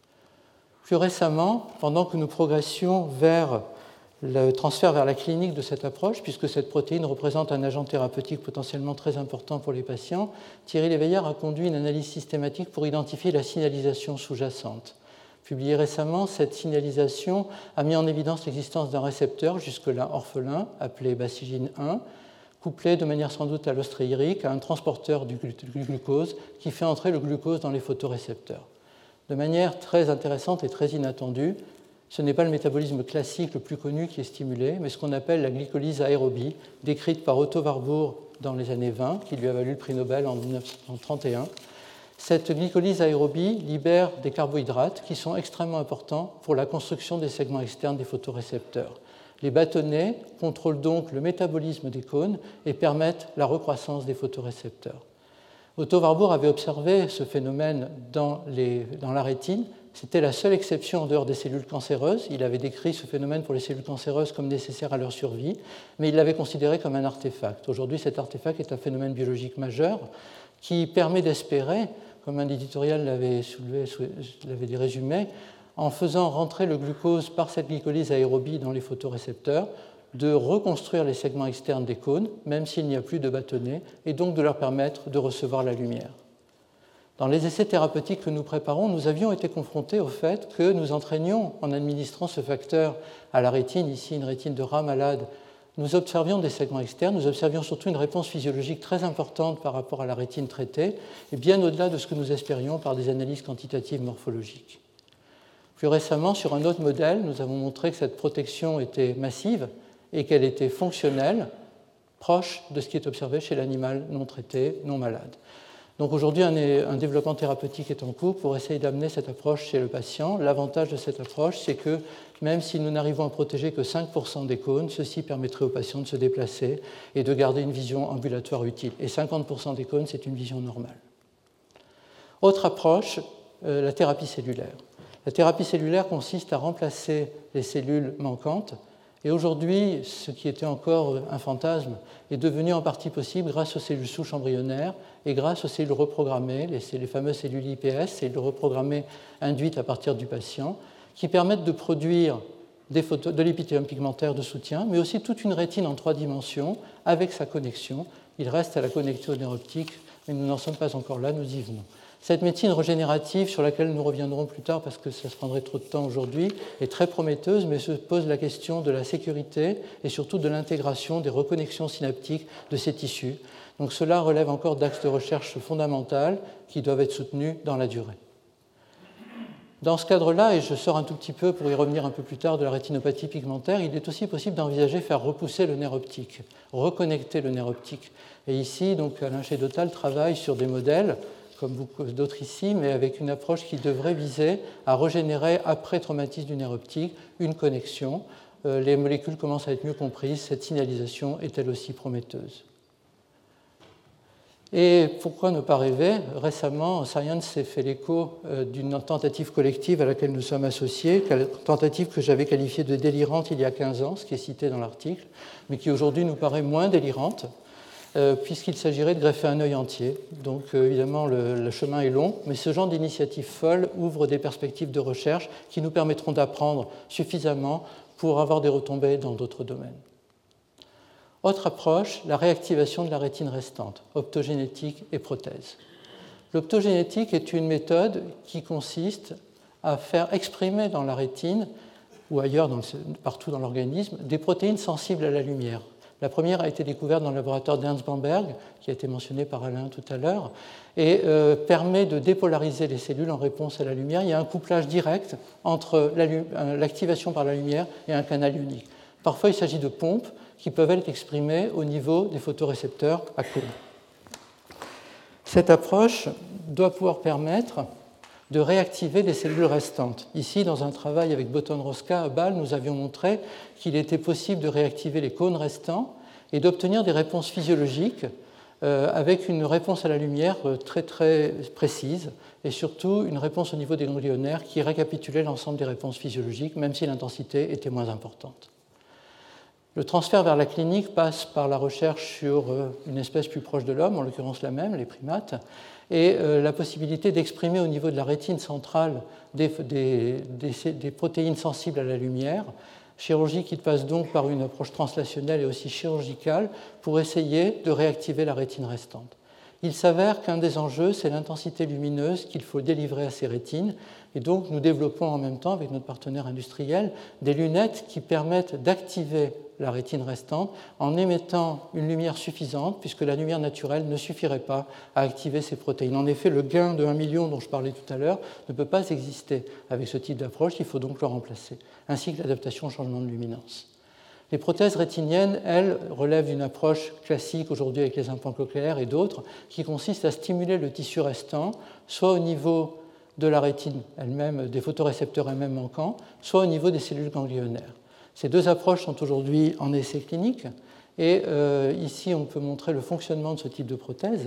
Plus récemment, pendant que nous progressions vers le transfert vers la clinique de cette approche, puisque cette protéine représente un agent thérapeutique potentiellement très important pour les patients, Thierry Léveillard a conduit une analyse systématique pour identifier la signalisation sous-jacente. Publiée récemment, cette signalisation a mis en évidence l'existence d'un récepteur, jusque-là orphelin, appelé bacigine un, couplé de manière sans doute allostréirique à un transporteur du glucose qui fait entrer le glucose dans les photorécepteurs. De manière très intéressante et très inattendue, ce n'est pas le métabolisme classique le plus connu qui est stimulé, mais ce qu'on appelle la glycolyse aérobie, décrite par Otto Warburg dans les années vingt, qui lui a valu le prix Nobel en dix-neuf cent trente et un. Cette glycolyse aérobie libère des carbohydrates qui sont extrêmement importants pour la construction des segments externes des photorécepteurs. Les bâtonnets contrôlent donc le métabolisme des cônes et permettent la recroissance des photorécepteurs. Otto Warburg avait observé ce phénomène dans, les, dans la rétine. C'était la seule exception en dehors des cellules cancéreuses. Il avait décrit ce phénomène pour les cellules cancéreuses comme nécessaire à leur survie, mais il l'avait considéré comme un artefact. Aujourd'hui, cet artefact est un phénomène biologique majeur qui permet d'espérer, comme un éditorial l'avait soulevé, l'avait résumé, en faisant rentrer le glucose par cette glycolyse aérobie dans les photorécepteurs, de reconstruire les segments externes des cônes, même s'il n'y a plus de bâtonnets, et donc de leur permettre de recevoir la lumière. Dans les essais thérapeutiques que nous préparons, nous avions été confrontés au fait que nous entraînions, en administrant ce facteur à la rétine, ici une rétine de rat malade, nous observions des segments externes, nous observions surtout une réponse physiologique très importante par rapport à la rétine traitée, et bien au-delà de ce que nous espérions par des analyses quantitatives morphologiques. Plus récemment, sur un autre modèle, nous avons montré que cette protection était massive et qu'elle était fonctionnelle, proche de ce qui est observé chez l'animal non traité, non malade. Donc aujourd'hui, un, un développement thérapeutique est en cours pour essayer d'amener cette approche chez le patient. L'avantage de cette approche, c'est que même si nous n'arrivons à protéger que cinq pour cent des cônes, ceci permettrait aux patients de se déplacer et de garder une vision ambulatoire utile. Et cinquante pour cent des cônes, c'est une vision normale. Autre approche, euh, la thérapie cellulaire. La thérapie cellulaire consiste à remplacer les cellules manquantes. Et aujourd'hui, ce qui était encore un fantasme est devenu en partie possible grâce aux cellules souches embryonnaires et grâce aux cellules reprogrammées, les, les fameuses cellules I P S, cellules reprogrammées induites à partir du patient, qui permettent de produire des photos, de l'épithélium pigmentaire de soutien, mais aussi toute une rétine en trois dimensions avec sa connexion. Il reste à la connecter au nerf optique, mais nous n'en sommes pas encore là, nous y venons. Cette médecine régénérative, sur laquelle nous reviendrons plus tard parce que ça se prendrait trop de temps aujourd'hui, est très prometteuse, mais se pose la question de la sécurité et surtout de l'intégration des reconnexions synaptiques de ces tissus. Donc cela relève encore d'axes de recherche fondamentaux qui doivent être soutenus dans la durée. Dans ce cadre-là, et je sors un tout petit peu pour y revenir un peu plus tard de la rétinopathie pigmentaire, il est aussi possible d'envisager faire repousser le nerf optique, reconnecter le nerf optique. Et ici, donc, Alain Chédotal travaille sur des modèles comme beaucoup d'autres ici, mais avec une approche qui devrait viser à régénérer, après traumatisme du nerf optique, une connexion. Euh, les molécules commencent à être mieux comprises, cette signalisation est elle aussi prometteuse. Et pourquoi ne pas rêver ? Récemment, Science s'est fait l'écho d'une tentative collective à laquelle nous sommes associés, tentative que j'avais qualifiée de délirante il y a quinze ans, ce qui est cité dans l'article, mais qui aujourd'hui nous paraît moins délirante, puisqu'il s'agirait de greffer un œil entier. Donc évidemment, le, le chemin est long, mais ce genre d'initiative folle ouvre des perspectives de recherche qui nous permettront d'apprendre suffisamment pour avoir des retombées dans d'autres domaines. Autre approche, la réactivation de la rétine restante, optogénétique et prothèse. L'optogénétique est une méthode qui consiste à faire exprimer dans la rétine, ou ailleurs dans le, partout dans l'organisme, des protéines sensibles à la lumière. La première a été découverte dans le laboratoire d'Ernst Bamberg, qui a été mentionné par Alain tout à l'heure, et euh, permet de dépolariser les cellules en réponse à la lumière. Il y a un couplage direct entre la, l'activation par la lumière et un canal ionique. Parfois, il s'agit de pompes qui peuvent être exprimées au niveau des photorécepteurs à cône. Cette approche doit pouvoir permettre de réactiver les cellules restantes. Ici, dans un travail avec Boton-Rosca à Bâle, nous avions montré qu'il était possible de réactiver les cônes restants et d'obtenir des réponses physiologiques euh, avec une réponse à la lumière très très précise et surtout une réponse au niveau des ganglionnaires qui récapitulait l'ensemble des réponses physiologiques, même si l'intensité était moins importante. Le transfert vers la clinique passe par la recherche sur une espèce plus proche de l'homme, en l'occurrence la même, les primates, et la possibilité d'exprimer au niveau de la rétine centrale des, des, des, des protéines sensibles à la lumière, chirurgie qui passe donc par une approche translationnelle et aussi chirurgicale pour essayer de réactiver la rétine restante. Il s'avère qu'un des enjeux, c'est l'intensité lumineuse qu'il faut délivrer à ces rétines. Et donc, nous développons en même temps, avec notre partenaire industriel, des lunettes qui permettent d'activer la rétine restante en émettant une lumière suffisante, puisque la lumière naturelle ne suffirait pas à activer ces protéines. En effet, le gain de un million dont je parlais tout à l'heure ne peut pas exister avec ce type d'approche, il faut donc le remplacer, ainsi que l'adaptation au changement de luminance. Les prothèses rétiniennes, elles, relèvent d'une approche classique aujourd'hui avec les implants cochléaires et d'autres, qui consiste à stimuler le tissu restant, soit au niveau de la rétine elle-même, des photorécepteurs elles-mêmes manquants, soit au niveau des cellules ganglionnaires. Ces deux approches sont aujourd'hui en essai clinique, et euh, ici on peut montrer le fonctionnement de ce type de prothèse.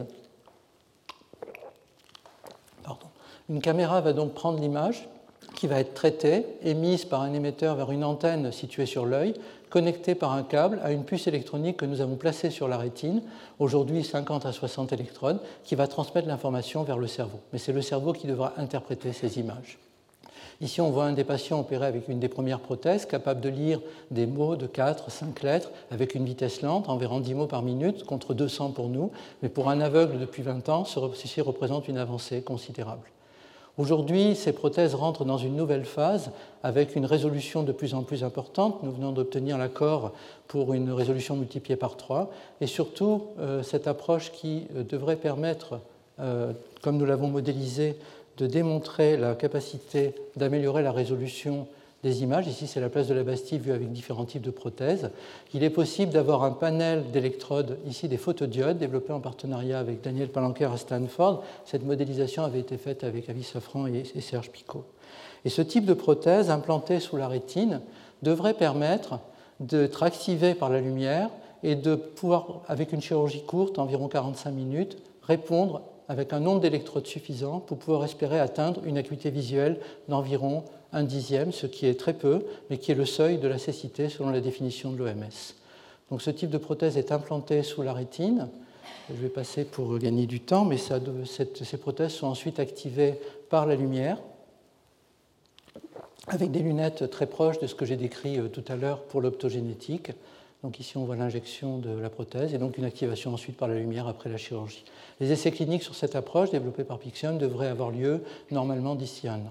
Pardon. Une caméra va donc prendre l'image qui va être traitée, émise par un émetteur vers une antenne située sur l'œil, connectée par un câble à une puce électronique que nous avons placée sur la rétine, aujourd'hui cinquante à soixante électrodes, qui va transmettre l'information vers le cerveau. Mais c'est le cerveau qui devra interpréter ces images. Ici, on voit un des patients opéré avec une des premières prothèses, capable de lire des mots de quatre à cinq lettres avec une vitesse lente, environ dix mots par minute, contre deux cents pour nous. Mais pour un aveugle depuis vingt ans, ceci représente une avancée considérable. Aujourd'hui, ces prothèses rentrent dans une nouvelle phase avec une résolution de plus en plus importante. Nous venons d'obtenir l'accord pour une résolution multipliée par trois. Et surtout, euh, cette approche qui euh, devrait permettre, euh, comme nous l'avons modélisé, de démontrer la capacité d'améliorer la résolution des images. Ici, c'est la place de la Bastille vue avec différents types de prothèses. Il est possible d'avoir un panel d'électrodes, ici des photodiodes, développés en partenariat avec Daniel Palanker à Stanford. Cette modélisation avait été faite avec Avis Safran et Serge Picot. Et ce type de prothèse, implantée sous la rétine, devrait permettre d'être activé par la lumière et de pouvoir, avec une chirurgie courte, environ quarante-cinq minutes, répondre avec un nombre d'électrodes suffisant pour pouvoir espérer atteindre une acuité visuelle d'environ un dixième, ce qui est très peu, mais qui est le seuil de la cécité selon la définition de l'O M S. Donc ce type de prothèse est implanté sous la rétine. Je vais passer pour gagner du temps, mais ça, cette, ces prothèses sont ensuite activées par la lumière, avec des lunettes très proches de ce que j'ai décrit tout à l'heure pour l'optogénétique. Donc ici, on voit l'injection de la prothèse et donc une activation ensuite par la lumière après la chirurgie. Les essais cliniques sur cette approche, développée par Pixion, devraient avoir lieu normalement d'ici un an.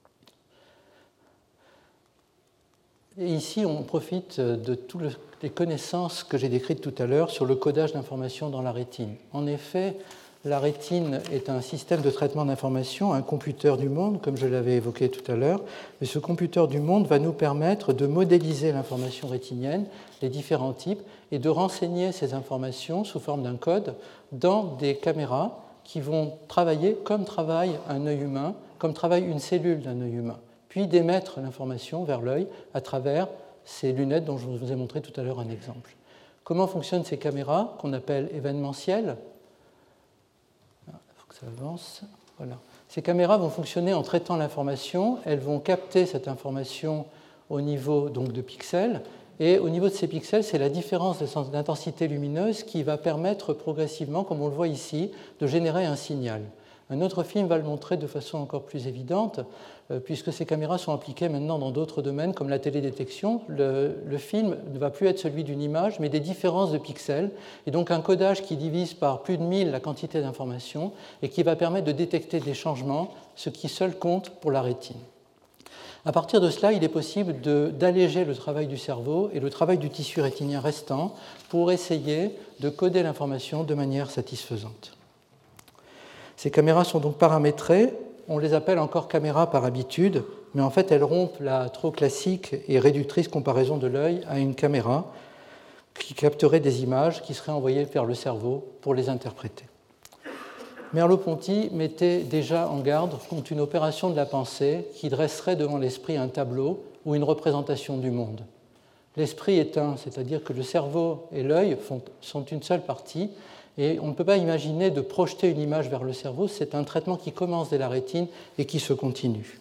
Et ici, on profite de toutes les connaissances que j'ai décrites tout à l'heure sur le codage d'informations dans la rétine. En effet, la rétine est un système de traitement d'informations, un computer du monde, comme je l'avais évoqué tout à l'heure. Mais ce computer du monde va nous permettre de modéliser l'information rétinienne, les différents types, et de renseigner ces informations sous forme d'un code dans des caméras qui vont travailler comme travaille un œil humain, comme travaille une cellule d'un œil humain, puis d'émettre l'information vers l'œil à travers ces lunettes dont je vous ai montré tout à l'heure un exemple. Comment fonctionnent ces caméras qu'on appelle événementielles ? Il faut que ça avance. Voilà. Ces caméras vont fonctionner en traitant l'information. Elles vont capter cette information au niveau donc, de pixels. Et au niveau de ces pixels, c'est la différence d'intensité lumineuse qui va permettre progressivement, comme on le voit ici, de générer un signal. Un autre film va le montrer de façon encore plus évidente, puisque ces caméras sont appliquées maintenant dans d'autres domaines comme la télédétection. Le, le film ne va plus être celui d'une image, mais des différences de pixels, et donc un codage qui divise par plus de mille la quantité d'informations et qui va permettre de détecter des changements, ce qui seul compte pour la rétine. À partir de cela, il est possible de, d'alléger le travail du cerveau et le travail du tissu rétinien restant pour essayer de coder l'information de manière satisfaisante. Ces caméras sont donc paramétrées on les appelle encore caméras par habitude, mais en fait elles rompent la trop classique et réductrice comparaison de l'œil à une caméra qui capterait des images qui seraient envoyées vers le cerveau pour les interpréter. Merleau-Ponty mettait déjà en garde contre une opération de la pensée qui dresserait devant l'esprit un tableau ou une représentation du monde. L'esprit est un, c'est-à-dire que le cerveau et l'œil sont une seule partie, et on ne peut pas imaginer de projeter une image vers le cerveau, c'est un traitement qui commence dès la rétine et qui se continue.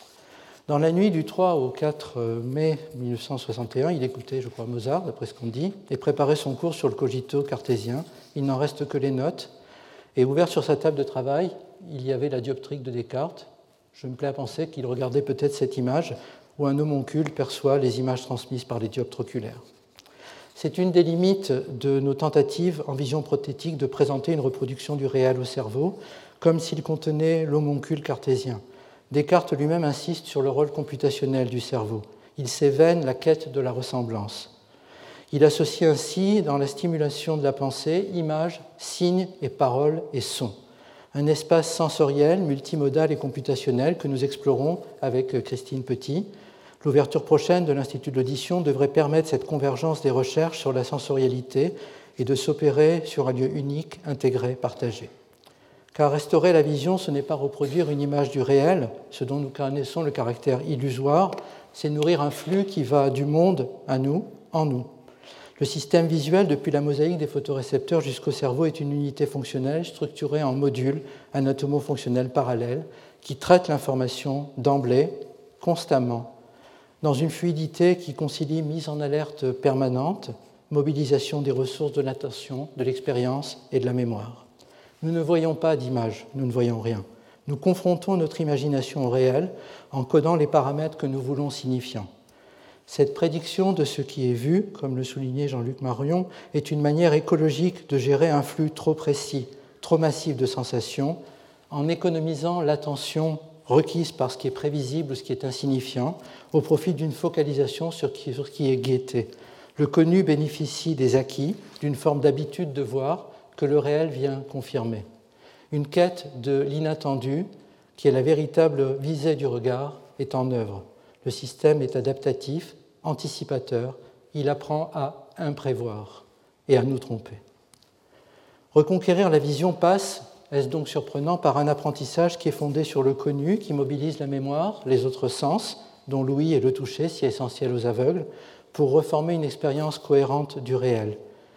Dans la nuit du trois au quatre mai mille neuf cent soixante et un, il écoutait, je crois, Mozart, d'après ce qu'on dit, et préparait son cours sur le cogito cartésien. Il n'en reste que les notes. Et ouvert sur sa table de travail, il y avait la dioptrique de Descartes. Je me plais à penser qu'il regardait peut-être cette image où un homoncule perçoit les images transmises par les dioptres oculaires. C'est une des limites de nos tentatives en vision prothétique de présenter une reproduction du réel au cerveau, comme s'il contenait l'homoncule cartésien. Descartes lui-même insiste sur le rôle computationnel du cerveau. Il s'évène la quête de la ressemblance. Il associe ainsi, dans la stimulation de la pensée, images, signes et paroles et sons. Un espace sensoriel, multimodal et computationnel que nous explorons avec Christine Petit. L'ouverture prochaine de l'Institut de l'audition devrait permettre cette convergence des recherches sur la sensorialité et de s'opérer sur un lieu unique, intégré, partagé. Car restaurer la vision, ce n'est pas reproduire une image du réel, ce dont nous connaissons le caractère illusoire, c'est nourrir un flux qui va du monde à nous, en nous. Le système visuel, depuis la mosaïque des photorécepteurs jusqu'au cerveau, est une unité fonctionnelle structurée en modules anatomo-fonctionnels parallèles qui traitent l'information d'emblée, constamment, dans une fluidité qui concilie mise en alerte permanente, mobilisation des ressources de l'attention, de l'expérience et de la mémoire. Nous ne voyons pas d'image, nous ne voyons rien. Nous confrontons notre imagination au réel en codant les paramètres que nous voulons signifiants. Cette prédiction de ce qui est vu, comme le soulignait Jean-Luc Marion, est une manière écologique de gérer un flux trop précis, trop massif de sensations, en économisant l'attention requise par ce qui est prévisible ou ce qui est insignifiant, au profit d'une focalisation sur ce qui est guetté. Le connu bénéficie des acquis, d'une forme d'habitude de voir que le réel vient confirmer. Une quête de l'inattendu, qui est la véritable visée du regard, est en œuvre. Le système est adaptatif, anticipateur, il apprend à imprévoir et à nous tromper. Reconquérir la vision passe, est-ce donc surprenant, par un apprentissage qui est fondé sur le connu, qui mobilise la mémoire, les autres sens, dont l'ouïe et le toucher, si essentiels aux aveugles, pour reformer une expérience cohérente du réel.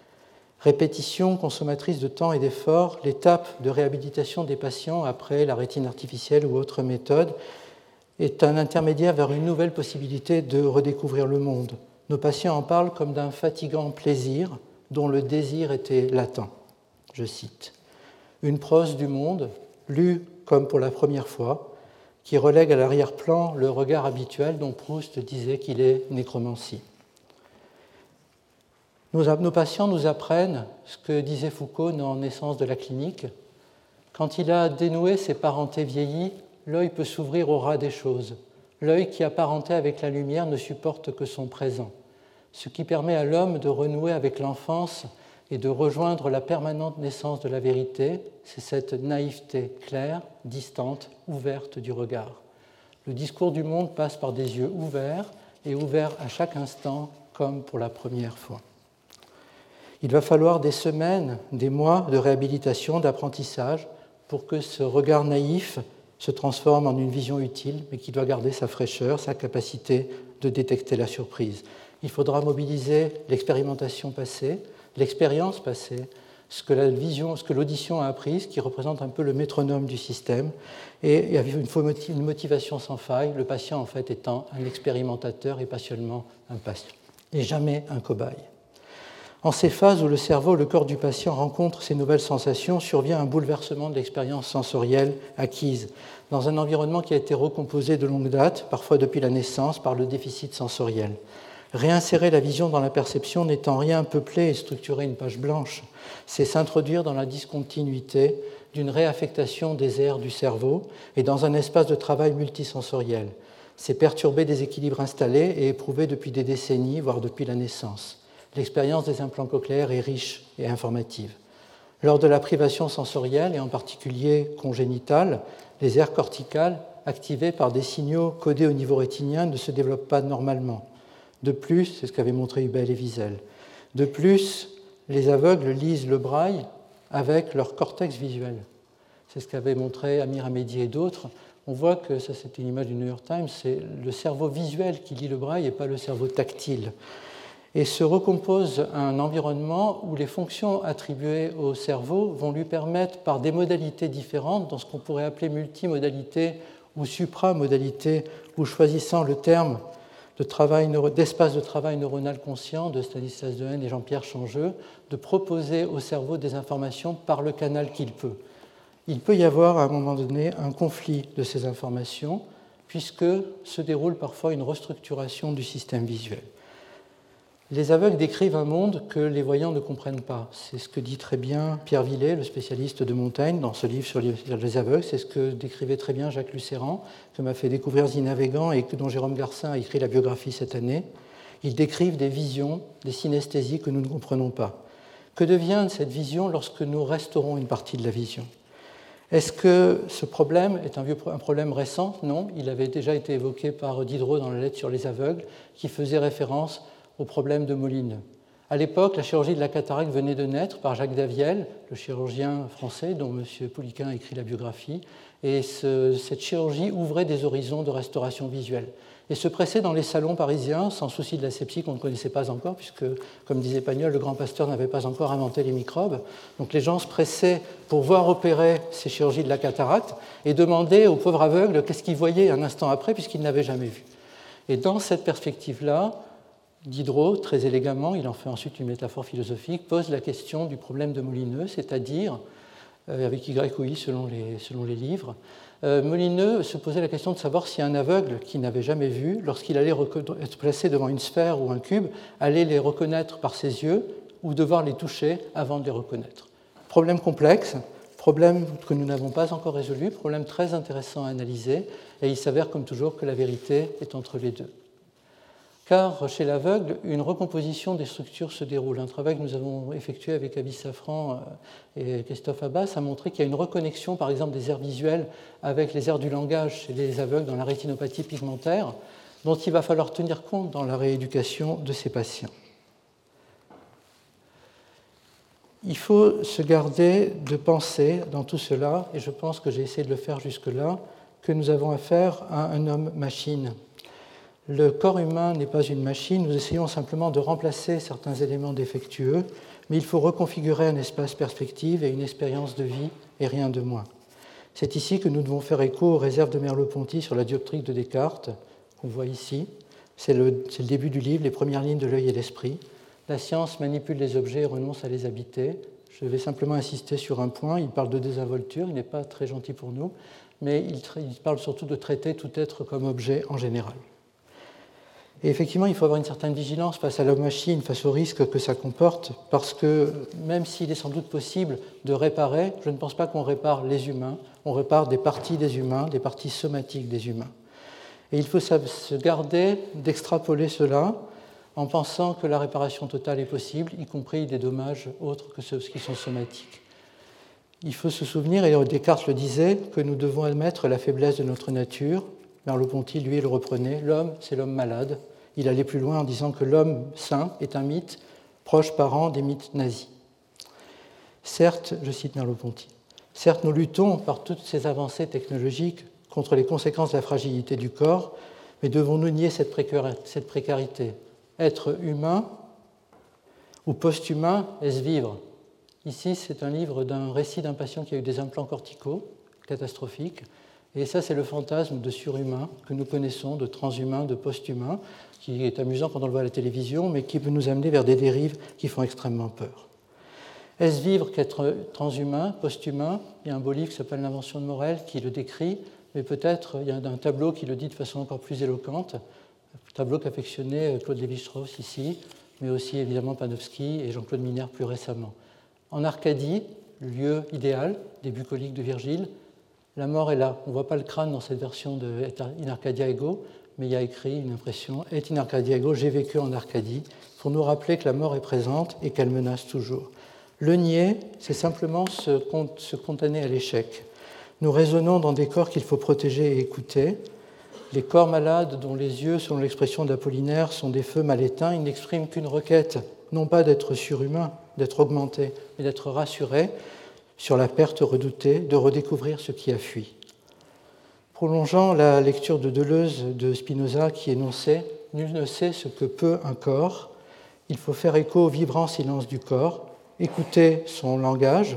Répétition consommatrice de temps et d'efforts, l'étape de réhabilitation des patients après la rétine artificielle ou autre méthode est un intermédiaire vers une nouvelle possibilité de redécouvrir le monde. Nos patients en parlent comme d'un fatigant plaisir dont le désir était latent. Je cite. Une prose du monde, lue comme pour la première fois, qui relègue à l'arrière-plan le regard habituel dont Proust disait qu'il est nécromancie. Nos, nos patients nous apprennent ce que disait Foucault dans Naissance de la clinique. Quand il a dénoué ses parentés vieillies, l'œil peut s'ouvrir au ras des choses. L'œil qui, apparenté avec la lumière, ne supporte que son présent. Ce qui permet à l'homme de renouer avec l'enfance et de rejoindre la permanente naissance de la vérité, c'est cette naïveté claire, distante, ouverte du regard. Le discours du monde passe par des yeux ouverts et ouverts à chaque instant comme pour la première fois. Il va falloir des semaines, des mois de réhabilitation, d'apprentissage pour que ce regard naïf se transforme en une vision utile, mais qui doit garder sa fraîcheur, sa capacité de détecter la surprise. Il faudra mobiliser l'expérimentation passée, l'expérience passée, ce que la vision, ce que l'audition a appris, ce qui représente un peu le métronome du système, et il y a une motivation sans faille, le patient en fait étant un expérimentateur et pas seulement un patient, et jamais un cobaye. En ces phases où le cerveau, le corps du patient rencontrent ces nouvelles sensations, survient un bouleversement de l'expérience sensorielle acquise, dans un environnement qui a été recomposé de longue date, parfois depuis la naissance, par le déficit sensoriel. Réinsérer la vision dans la perception n'est en rien peupler et structurer une page blanche, c'est s'introduire dans la discontinuité d'une réaffectation des aires du cerveau et dans un espace de travail multisensoriel. C'est perturber des équilibres installés et éprouvés depuis des décennies, voire depuis la naissance. L'expérience des implants cochléaires est riche et informative. Lors de la privation sensorielle, et en particulier congénitale, les aires corticales activées par des signaux codés au niveau rétinien ne se développent pas normalement. De plus, c'est ce qu'avaient montré Hubel et Wiesel, de plus, les aveugles lisent le braille avec leur cortex visuel. C'est ce qu'avaient montré Amir Hamedi et d'autres. On voit que, ça c'était une image du New York Times, c'est le cerveau visuel qui lit le braille et pas le cerveau tactile. Et se recompose un environnement où les fonctions attribuées au cerveau vont lui permettre, par des modalités différentes, dans ce qu'on pourrait appeler multimodalité ou supramodalité, ou choisissant le terme de travail, d'espace de travail neuronal conscient de Stanislas Dehaene et Jean-Pierre Changeux, de proposer au cerveau des informations par le canal qu'il peut. Il peut y avoir à un moment donné un conflit de ces informations, puisque se déroule parfois une restructuration du système visuel. Les aveugles décrivent un monde que les voyants ne comprennent pas. C'est ce que dit très bien Pierre Villet, le spécialiste de Montaigne, dans ce livre sur les aveugles. C'est ce que décrivait très bien Jacques Lucéran, que m'a fait découvrir Zina Végan et dont Jérôme Garcin a écrit la biographie cette année. Ils décrivent des visions, des synesthésies que nous ne comprenons pas. Que devient cette vision lorsque nous restaurons une partie de la vision ? Est-ce que ce problème est un, vieux, un problème récent ? Non, il avait déjà été évoqué par Diderot dans la lettre sur les aveugles, qui faisait référence au problème de Molineux. À l'époque, la chirurgie de la cataracte venait de naître par Jacques Daviel, le chirurgien français dont M. Pouliquin a écrit la biographie, et ce, cette chirurgie ouvrait des horizons de restauration visuelle. Et se pressait dans les salons parisiens, sans souci de l'asepsie qu'on ne connaissait pas encore, puisque, comme disait Pagnol, le grand Pasteur n'avait pas encore inventé les microbes. Donc les gens se pressaient pour voir opérer ces chirurgies de la cataracte et demandaient aux pauvres aveugles qu'est-ce qu'ils voyaient un instant après, puisqu'ils n'avaient jamais vu. Et dans cette perspective-là, Diderot, très élégamment, il en fait ensuite une métaphore philosophique, pose la question du problème de Molineux, c'est-à-dire, euh, avec Y ou I selon les, selon les livres, euh, Molineux se posait la question de savoir si un aveugle qui n'avait jamais vu, lorsqu'il allait être placé devant une sphère ou un cube, allait les reconnaître par ses yeux ou devoir les toucher avant de les reconnaître. Problème complexe, problème que nous n'avons pas encore résolu, problème très intéressant à analyser, et il s'avère comme toujours que la vérité est entre les deux. Car chez l'aveugle, une recomposition des structures se déroule. Un travail que nous avons effectué avec Abi Safran et Christophe Abbas a montré qu'il y a une reconnexion, par exemple, des aires visuelles avec les aires du langage chez les aveugles dans la rétinopathie pigmentaire, dont il va falloir tenir compte dans la rééducation de ces patients. Il faut se garder de penser dans tout cela, et je pense que j'ai essayé de le faire jusque-là, que nous avons affaire à un homme-machine. Le corps humain n'est pas une machine, nous essayons simplement de remplacer certains éléments défectueux, mais il faut reconfigurer un espace perspective et une expérience de vie, et rien de moins. C'est ici que nous devons faire écho aux réserves de Merleau-Ponty sur la dioptrique de Descartes, qu'on voit ici. C'est le, c'est le début du livre, les premières lignes de l'œil et l'esprit. La science manipule les objets et renonce à les habiter. Je vais simplement insister sur un point, il parle de désinvolture, il n'est pas très gentil pour nous, mais il, il parle surtout de traiter tout être comme objet en général. Et effectivement, il faut avoir une certaine vigilance face à l'homme-machine, face aux risques que ça comporte, parce que même s'il est sans doute possible de réparer, je ne pense pas qu'on répare les humains, on répare des parties des humains, des parties somatiques des humains. Et il faut se garder d'extrapoler cela en pensant que la réparation totale est possible, y compris des dommages autres que ceux qui sont somatiques. Il faut se souvenir, et Descartes le disait, que nous devons admettre la faiblesse de notre nature. Merleau-Ponty, lui, le reprenait, l'homme, c'est l'homme malade. Il allait plus loin en disant que l'homme sain est un mythe, proche parent des mythes nazis. Certes, je cite Merleau-Ponty, certes nous luttons par toutes ces avancées technologiques contre les conséquences de la fragilité du corps, mais devons-nous nier cette précarité ? Être humain ou post-humain, est-ce vivre ? Ici, c'est un livre d'un récit d'un patient qui a eu des implants corticaux catastrophiques. Et ça, c'est le fantasme de surhumain que nous connaissons, de transhumain, de post-humain, qui est amusant quand on le voit à la télévision, mais qui peut nous amener vers des dérives qui font extrêmement peur. Est-ce vivre qu'être transhumain, post-humain ? Il y a un beau livre qui s'appelle L'Invention de Morel qui le décrit, mais peut-être il y a un tableau qui le dit de façon encore plus éloquente, un tableau qu'affectionnait Claude Lévi-Strauss ici, mais aussi évidemment Panofsky et Jean-Claude Miner plus récemment. En Arcadie, lieu idéal des bucoliques de Virgile, la mort est là. On ne voit pas le crâne dans cette version de Et in Arcadia ego, mais il y a écrit une impression Et in Arcadia ego, j'ai vécu en Arcadie, pour nous rappeler que la mort est présente et qu'elle menace toujours. Le nier, c'est simplement se condamner à l'échec. Nous raisonnons dans des corps qu'il faut protéger et écouter. Les corps malades, dont les yeux, selon l'expression d'Apollinaire, sont des feux mal éteints, ils n'expriment qu'une requête, non pas d'être surhumains, d'être augmentés, mais d'être rassurés sur la perte redoutée, de redécouvrir ce qui a fui. Prolongeant la lecture de Deleuze de Spinoza qui énonçait « Nul ne sait ce que peut un corps, il faut faire écho au vibrant silence du corps, écouter son langage,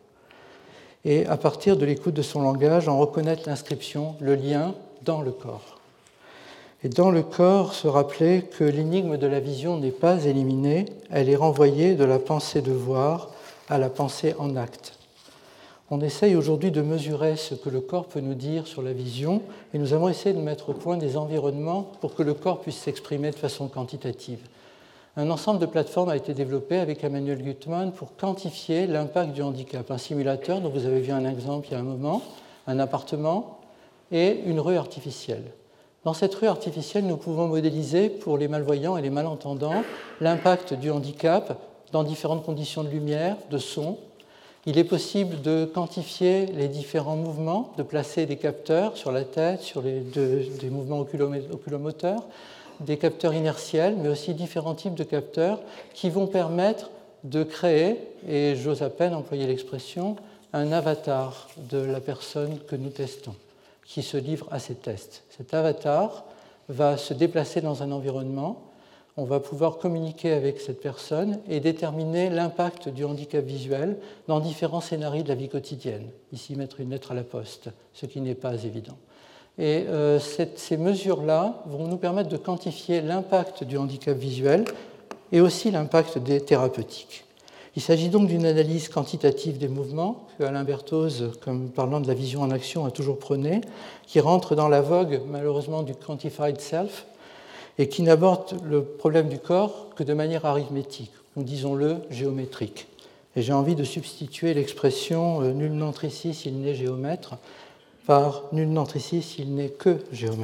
et à partir de l'écoute de son langage, en reconnaître l'inscription, le lien dans le corps. Et dans le corps, se rappeler que l'énigme de la vision n'est pas éliminée, elle est renvoyée de la pensée de voir à la pensée en acte. On essaye aujourd'hui de mesurer ce que le corps peut nous dire sur la vision, et nous avons essayé de mettre au point des environnements pour que le corps puisse s'exprimer de façon quantitative. Un ensemble de plateformes a été développé avec Emmanuel Gutmann pour quantifier l'impact du handicap. Un simulateur, dont vous avez vu un exemple il y a un moment, un appartement et une rue artificielle. Dans cette rue artificielle, nous pouvons modéliser pour les malvoyants et les malentendants l'impact du handicap dans différentes conditions de lumière, de son. Il est possible de quantifier les différents mouvements, de placer des capteurs sur la tête, sur les deux, des mouvements oculomoteurs, des capteurs inertiels, mais aussi différents types de capteurs qui vont permettre de créer, et j'ose à peine employer l'expression, un avatar de la personne que nous testons, qui se livre à ces tests. Cet avatar va se déplacer dans un environnement, on va pouvoir communiquer avec cette personne et déterminer l'impact du handicap visuel dans différents scénarios de la vie quotidienne. Ici, mettre une lettre à la poste, ce qui n'est pas évident. Et euh, cette, ces mesures-là vont nous permettre de quantifier l'impact du handicap visuel et aussi l'impact des thérapeutiques. Il s'agit donc d'une analyse quantitative des mouvements que Alain Berthoz, comme parlant de la vision en action, a toujours prôné, qui rentre dans la vogue, malheureusement, du quantified self et qui n'aborde le problème du corps que de manière arithmétique, ou disons-le, géométrique. Et j'ai envie de substituer l'expression euh, « nul n'entre ici s'il n'est géomètre » par « nul n'entre ici s'il n'est que géomètre ».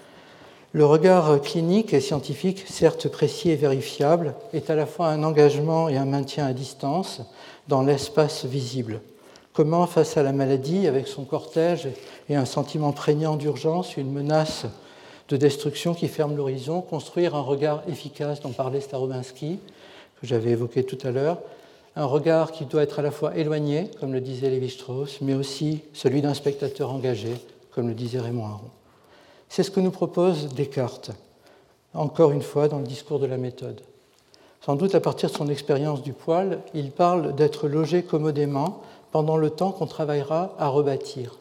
Le regard clinique et scientifique, certes précis et vérifiable, est à la fois un engagement et un maintien à distance dans l'espace visible. Comment, face à la maladie, avec son cortège et un sentiment prégnant d'urgence, une menace de destruction qui ferme l'horizon, construire un regard efficace dont parlait Starobinski, que j'avais évoqué tout à l'heure, un regard qui doit être à la fois éloigné, comme le disait Lévi-Strauss, mais aussi celui d'un spectateur engagé, comme le disait Raymond Aron. C'est ce que nous propose Descartes, encore une fois dans le discours de la méthode. Sans doute à partir de son expérience du poil, il parle d'être logé commodément pendant le temps qu'on travaillera à rebâtir.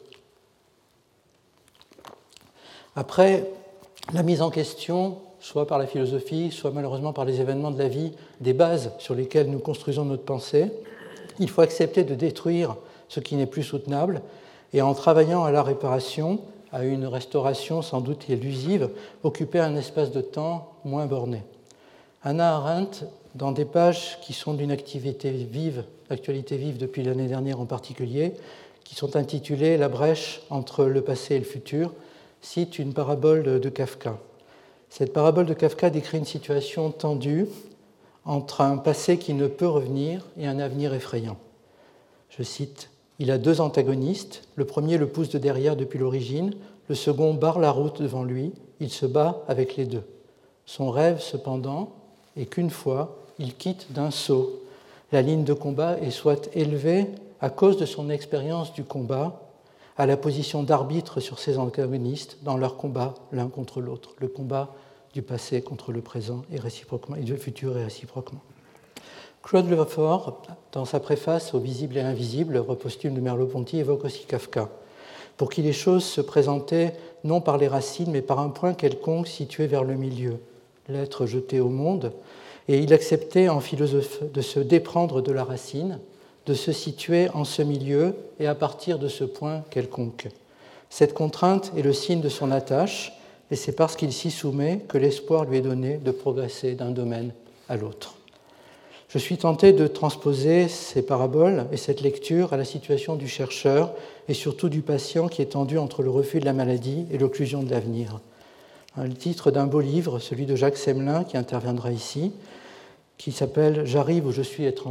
Après la mise en question, soit par la philosophie, soit malheureusement par les événements de la vie, des bases sur lesquelles nous construisons notre pensée, il faut accepter de détruire ce qui n'est plus soutenable et en travaillant à la réparation, à une restauration sans doute élusive, occuper un espace de temps moins borné. Hannah Arendt, dans des pages qui sont d'une activité vive, actualité vive depuis l'année dernière en particulier, qui sont intitulées « La brèche entre le passé et le futur », cite une parabole de Kafka. Cette parabole de Kafka décrit une situation tendue entre un passé qui ne peut revenir et un avenir effrayant. Je cite, « Il a deux antagonistes, le premier le pousse de derrière depuis l'origine, le second barre la route devant lui, il se bat avec les deux. Son rêve, cependant, est qu'une fois, il quitte d'un saut la ligne de combat et soit élevé, à cause de son expérience du combat, à la position d'arbitre sur ses antagonistes dans leur combat l'un contre l'autre, le combat du passé contre le présent et réciproquement, et du futur et réciproquement. » Claude Lefort, dans sa préface au Visible et Invisible, reposthume de Merleau-Ponty, évoque aussi Kafka, pour qui les choses se présentaient non par les racines, mais par un point quelconque situé vers le milieu, l'être jeté au monde, et il acceptait en philosophe de se déprendre de la racine, de se situer en ce milieu et à partir de ce point quelconque. Cette contrainte est le signe de son attache, et c'est parce qu'il s'y soumet que l'espoir lui est donné de progresser d'un domaine à l'autre. Je suis tenté de transposer ces paraboles et cette lecture à la situation du chercheur et surtout du patient qui est tendu entre le refus de la maladie et l'occlusion de l'avenir. Le titre d'un beau livre, celui de Jacques Semelin, qui interviendra ici, qui s'appelle « J'arrive où je suis étranger »,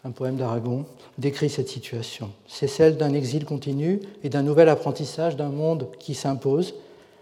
un poème d'Aragon, décrit cette situation. C'est celle d'un exil continu et d'un nouvel apprentissage d'un monde qui s'impose.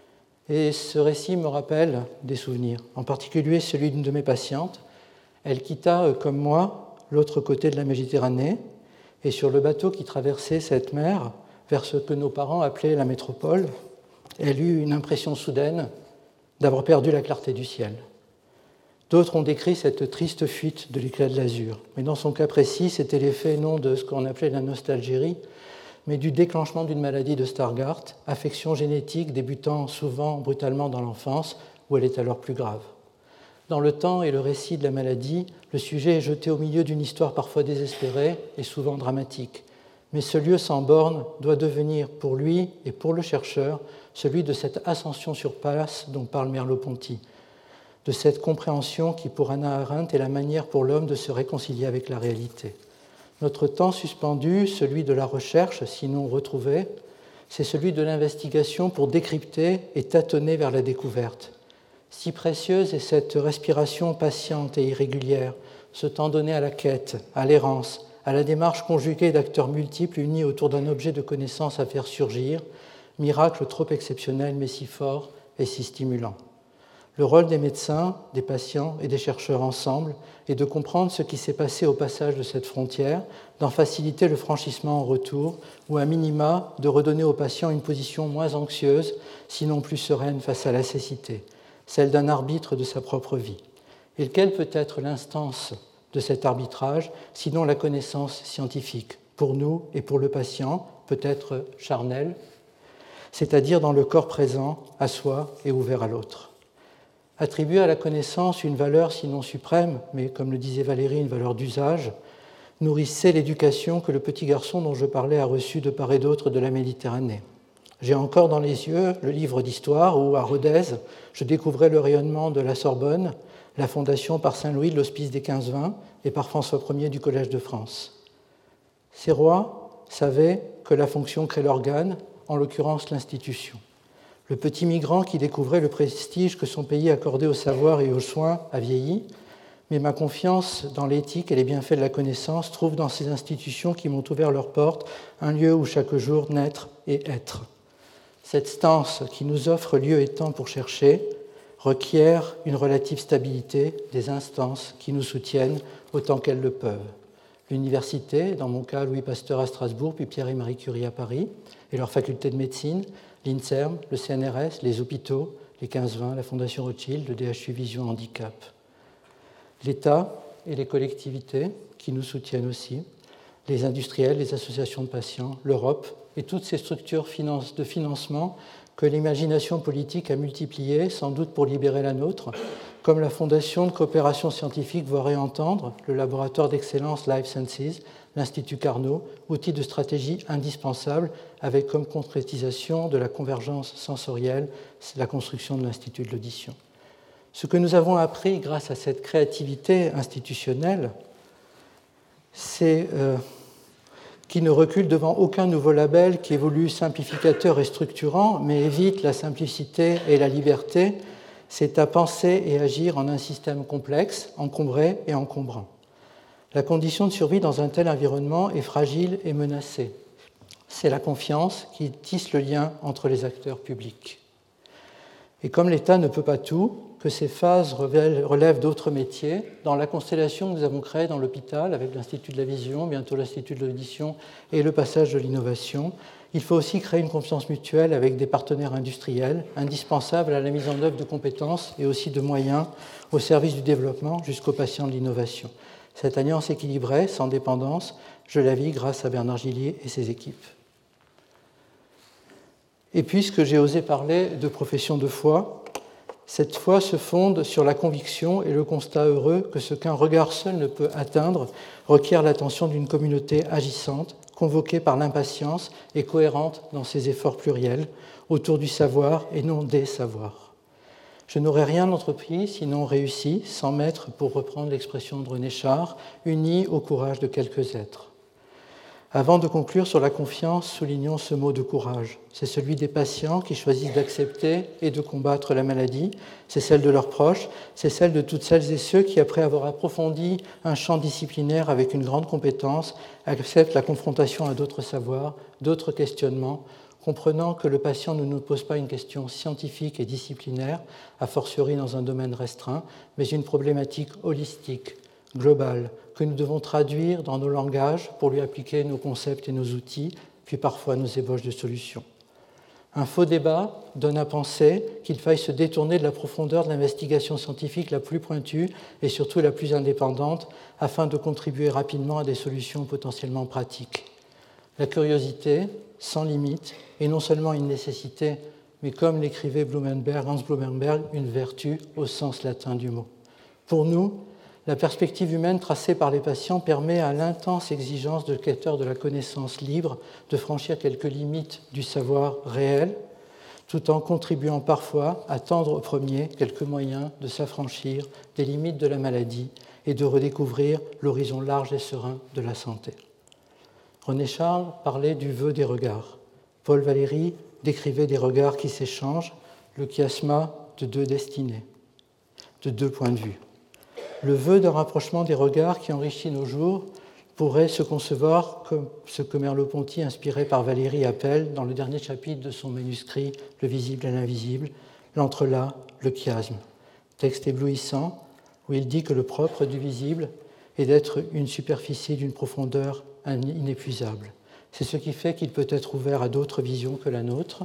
Et ce récit me rappelle des souvenirs, en particulier celui d'une de mes patientes. Elle quitta, comme moi, l'autre côté de la Méditerranée, et sur le bateau qui traversait cette mer, vers ce que nos parents appelaient la métropole, elle eut une impression soudaine d'avoir perdu la clarté du ciel. D'autres ont décrit cette triste fuite de l'éclat de l'azur, mais dans son cas précis, c'était l'effet non de ce qu'on appelait la nostalgie, mais du déclenchement d'une maladie de Stargardt, affection génétique débutant souvent brutalement dans l'enfance, où elle est alors plus grave. Dans le temps et le récit de la maladie, le sujet est jeté au milieu d'une histoire parfois désespérée et souvent dramatique. Mais ce lieu sans bornes doit devenir pour lui et pour le chercheur celui de cette ascension sur place dont parle Merleau-Ponty, de cette compréhension qui pour Hannah Arendt est la manière pour l'homme de se réconcilier avec la réalité. Notre temps suspendu, celui de la recherche, sinon retrouvé, c'est celui de l'investigation pour décrypter et tâtonner vers la découverte. Si précieuse est cette respiration patiente et irrégulière, ce temps donné à la quête, à l'errance, à la démarche conjuguée d'acteurs multiples unis autour d'un objet de connaissance à faire surgir, miracle trop exceptionnel mais si fort et si stimulant. Le rôle des médecins, des patients et des chercheurs ensemble est de comprendre ce qui s'est passé au passage de cette frontière, d'en faciliter le franchissement en retour ou à minima de redonner aux patients une position moins anxieuse, sinon plus sereine face à la cécité, celle d'un arbitre de sa propre vie. Et quelle peut être l'instance de cet arbitrage, sinon la connaissance scientifique, pour nous et pour le patient, peut-être charnelle, c'est-à-dire dans le corps présent, à soi et ouvert à l'autre. Attribuer à la connaissance une valeur sinon suprême, mais comme le disait Valérie, une valeur d'usage, nourrissait l'éducation que le petit garçon dont je parlais a reçue de part et d'autre de la Méditerranée. J'ai encore dans les yeux le livre d'histoire où, à Rodez, je découvrais le rayonnement de la Sorbonne, la fondation par Saint-Louis de l'Hospice des quinze vingt et par François Ier du Collège de France. Ces rois savaient que la fonction crée l'organe, en l'occurrence l'institution. Le petit migrant qui découvrait le prestige que son pays accordait au savoir et aux soins a vieilli, mais ma confiance dans l'éthique et les bienfaits de la connaissance trouve dans ces institutions qui m'ont ouvert leurs portes un lieu où chaque jour naître et être. Cette stance qui nous offre lieu et temps pour chercher requiert une relative stabilité des instances qui nous soutiennent autant qu'elles le peuvent. L'université, dans mon cas Louis Pasteur à Strasbourg, puis Pierre et Marie Curie à Paris, et leur faculté de médecine, l'INSERM, le C N R S, les hôpitaux, les quinze vingt, la Fondation Rothschild, le D H U Vision Handicap. L'État et les collectivités qui nous soutiennent aussi, les industriels, les associations de patients, l'Europe et toutes ces structures de financement que l'imagination politique a multipliées, sans doute pour libérer la nôtre, comme la Fondation de coopération scientifique voit réentendre, le laboratoire d'excellence Life Sciences, l'Institut Carnot, outil de stratégie indispensable avec comme concrétisation de la convergence sensorielle la construction de l'Institut de l'audition. Ce que nous avons appris grâce à cette créativité institutionnelle, c'est euh, qui ne recule devant aucun nouveau label qui évolue simplificateur et structurant, mais évite la simplicité et la liberté, c'est à penser et agir en un système complexe, encombré et encombrant. La condition de survie dans un tel environnement est fragile et menacée. C'est la confiance qui tisse le lien entre les acteurs publics. Et comme l'État ne peut pas tout, que ces phases relèvent d'autres métiers, dans la constellation que nous avons créée dans l'hôpital, avec l'Institut de la Vision, bientôt l'Institut de l'Audition et le passage de l'innovation, il faut aussi créer une confiance mutuelle avec des partenaires industriels, indispensables à la mise en œuvre de compétences et aussi de moyens au service du développement jusqu'aux patients de l'innovation. Cette alliance équilibrée, sans dépendance, je la vis grâce à Bernard Gillier et ses équipes. Et puisque j'ai osé parler de profession de foi, cette foi se fonde sur la conviction et le constat heureux que ce qu'un regard seul ne peut atteindre requiert l'attention d'une communauté agissante, convoquée par l'impatience et cohérente dans ses efforts pluriels, autour du savoir et non des savoirs. Je n'aurais rien entrepris, sinon réussi, sans m'être, pour reprendre l'expression de René Char, uni au courage de quelques êtres. Avant de conclure sur la confiance, soulignons ce mot de courage. C'est celui des patients qui choisissent d'accepter et de combattre la maladie. C'est celle de leurs proches. C'est celle de toutes celles et ceux qui, après avoir approfondi un champ disciplinaire avec une grande compétence, acceptent la confrontation à d'autres savoirs, d'autres questionnements, comprenant que le patient ne nous pose pas une question scientifique et disciplinaire, a fortiori dans un domaine restreint, mais une problématique holistique, globale, que nous devons traduire dans nos langages pour lui appliquer nos concepts et nos outils, puis parfois nos ébauches de solutions. Un faux débat donne à penser qu'il faille se détourner de la profondeur de l'investigation scientifique la plus pointue et surtout la plus indépendante afin de contribuer rapidement à des solutions potentiellement pratiques. La curiosité, sans limite, est non seulement une nécessité, mais comme l'écrivait Blumenberg, Hans Blumenberg, une vertu au sens latin du mot. Pour nous, la perspective humaine tracée par les patients permet à l'intense exigence de quêteurs de la connaissance libre de franchir quelques limites du savoir réel, tout en contribuant parfois à tendre au premier quelques moyens de s'affranchir des limites de la maladie et de redécouvrir l'horizon large et serein de la santé. René Charles parlait du vœu des regards. Paul Valéry décrivait des regards qui s'échangent, le chiasma de deux destinées, de deux points de vue. Le vœu d'un rapprochement des regards qui enrichit nos jours pourrait se concevoir comme ce que Merleau-Ponty, inspiré par Valéry, appelle dans le dernier chapitre de son manuscrit « Le visible et l'invisible », l'entrelac, le chiasme. Texte éblouissant où il dit que le propre du visible est d'être une superficie d'une profondeur inépuisable. C'est ce qui fait qu'il peut être ouvert à d'autres visions que la nôtre.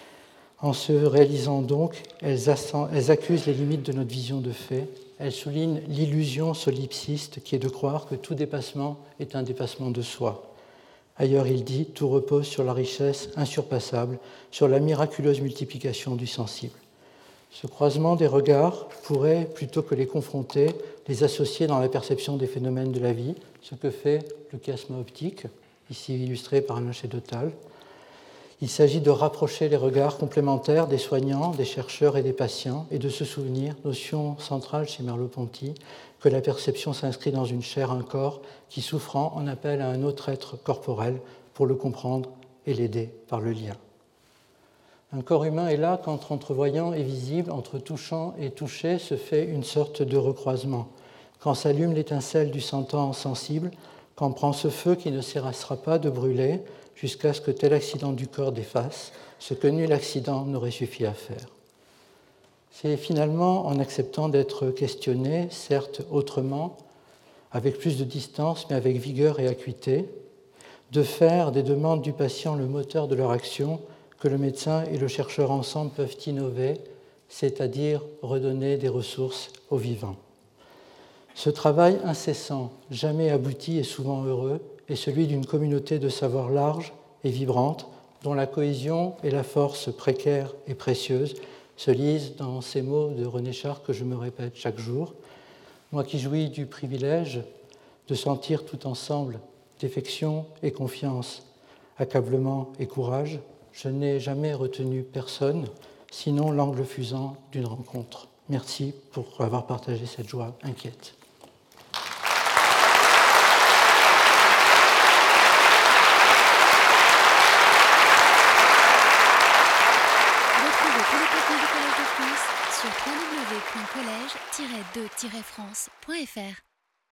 En se réalisant donc, elles accusent les limites de notre vision de fait. Elles soulignent l'illusion solipsiste qui est de croire que tout dépassement est un dépassement de soi. Ailleurs, il dit « Tout repose sur la richesse insurpassable, sur la miraculeuse multiplication du sensible ». Ce croisement des regards pourrait, plutôt que les confronter, les associer dans la perception des phénomènes de la vie, ce que fait le chiasme optique, ici illustré par Alain Chédotal. Il s'agit de rapprocher les regards complémentaires des soignants, des chercheurs et des patients et de se souvenir, notion centrale chez Merleau-Ponty, que la perception s'inscrit dans une chair, un corps qui, souffrant, en appelle à un autre être corporel pour le comprendre et l'aider par le lien. Un corps humain est là qu'entre entrevoyant et visible, entre touchant et touché, se fait une sorte de recroisement. Quand s'allume l'étincelle du sentant sensible, quand prend ce feu qui ne cessera pas de brûler, jusqu'à ce que tel accident du corps défasse ce que nul accident n'aurait suffi à faire. C'est finalement en acceptant d'être questionné, certes autrement, avec plus de distance, mais avec vigueur et acuité, de faire des demandes du patient le moteur de leur action, que le médecin et le chercheur ensemble peuvent innover, c'est-à-dire redonner des ressources aux vivants. Ce travail incessant, jamais abouti et souvent heureux, est celui d'une communauté de savoir large et vibrante, dont la cohésion et la force précaire et précieuse se lisent dans ces mots de René Char que je me répète chaque jour. Moi qui jouis du privilège de sentir tout ensemble défection et confiance, accablement et courage, je n'ai jamais retenu personne, sinon l'angle fusant d'une rencontre. Merci pour avoir partagé cette joie inquiète. sur w w w point collège tiret deux tiret france point f r.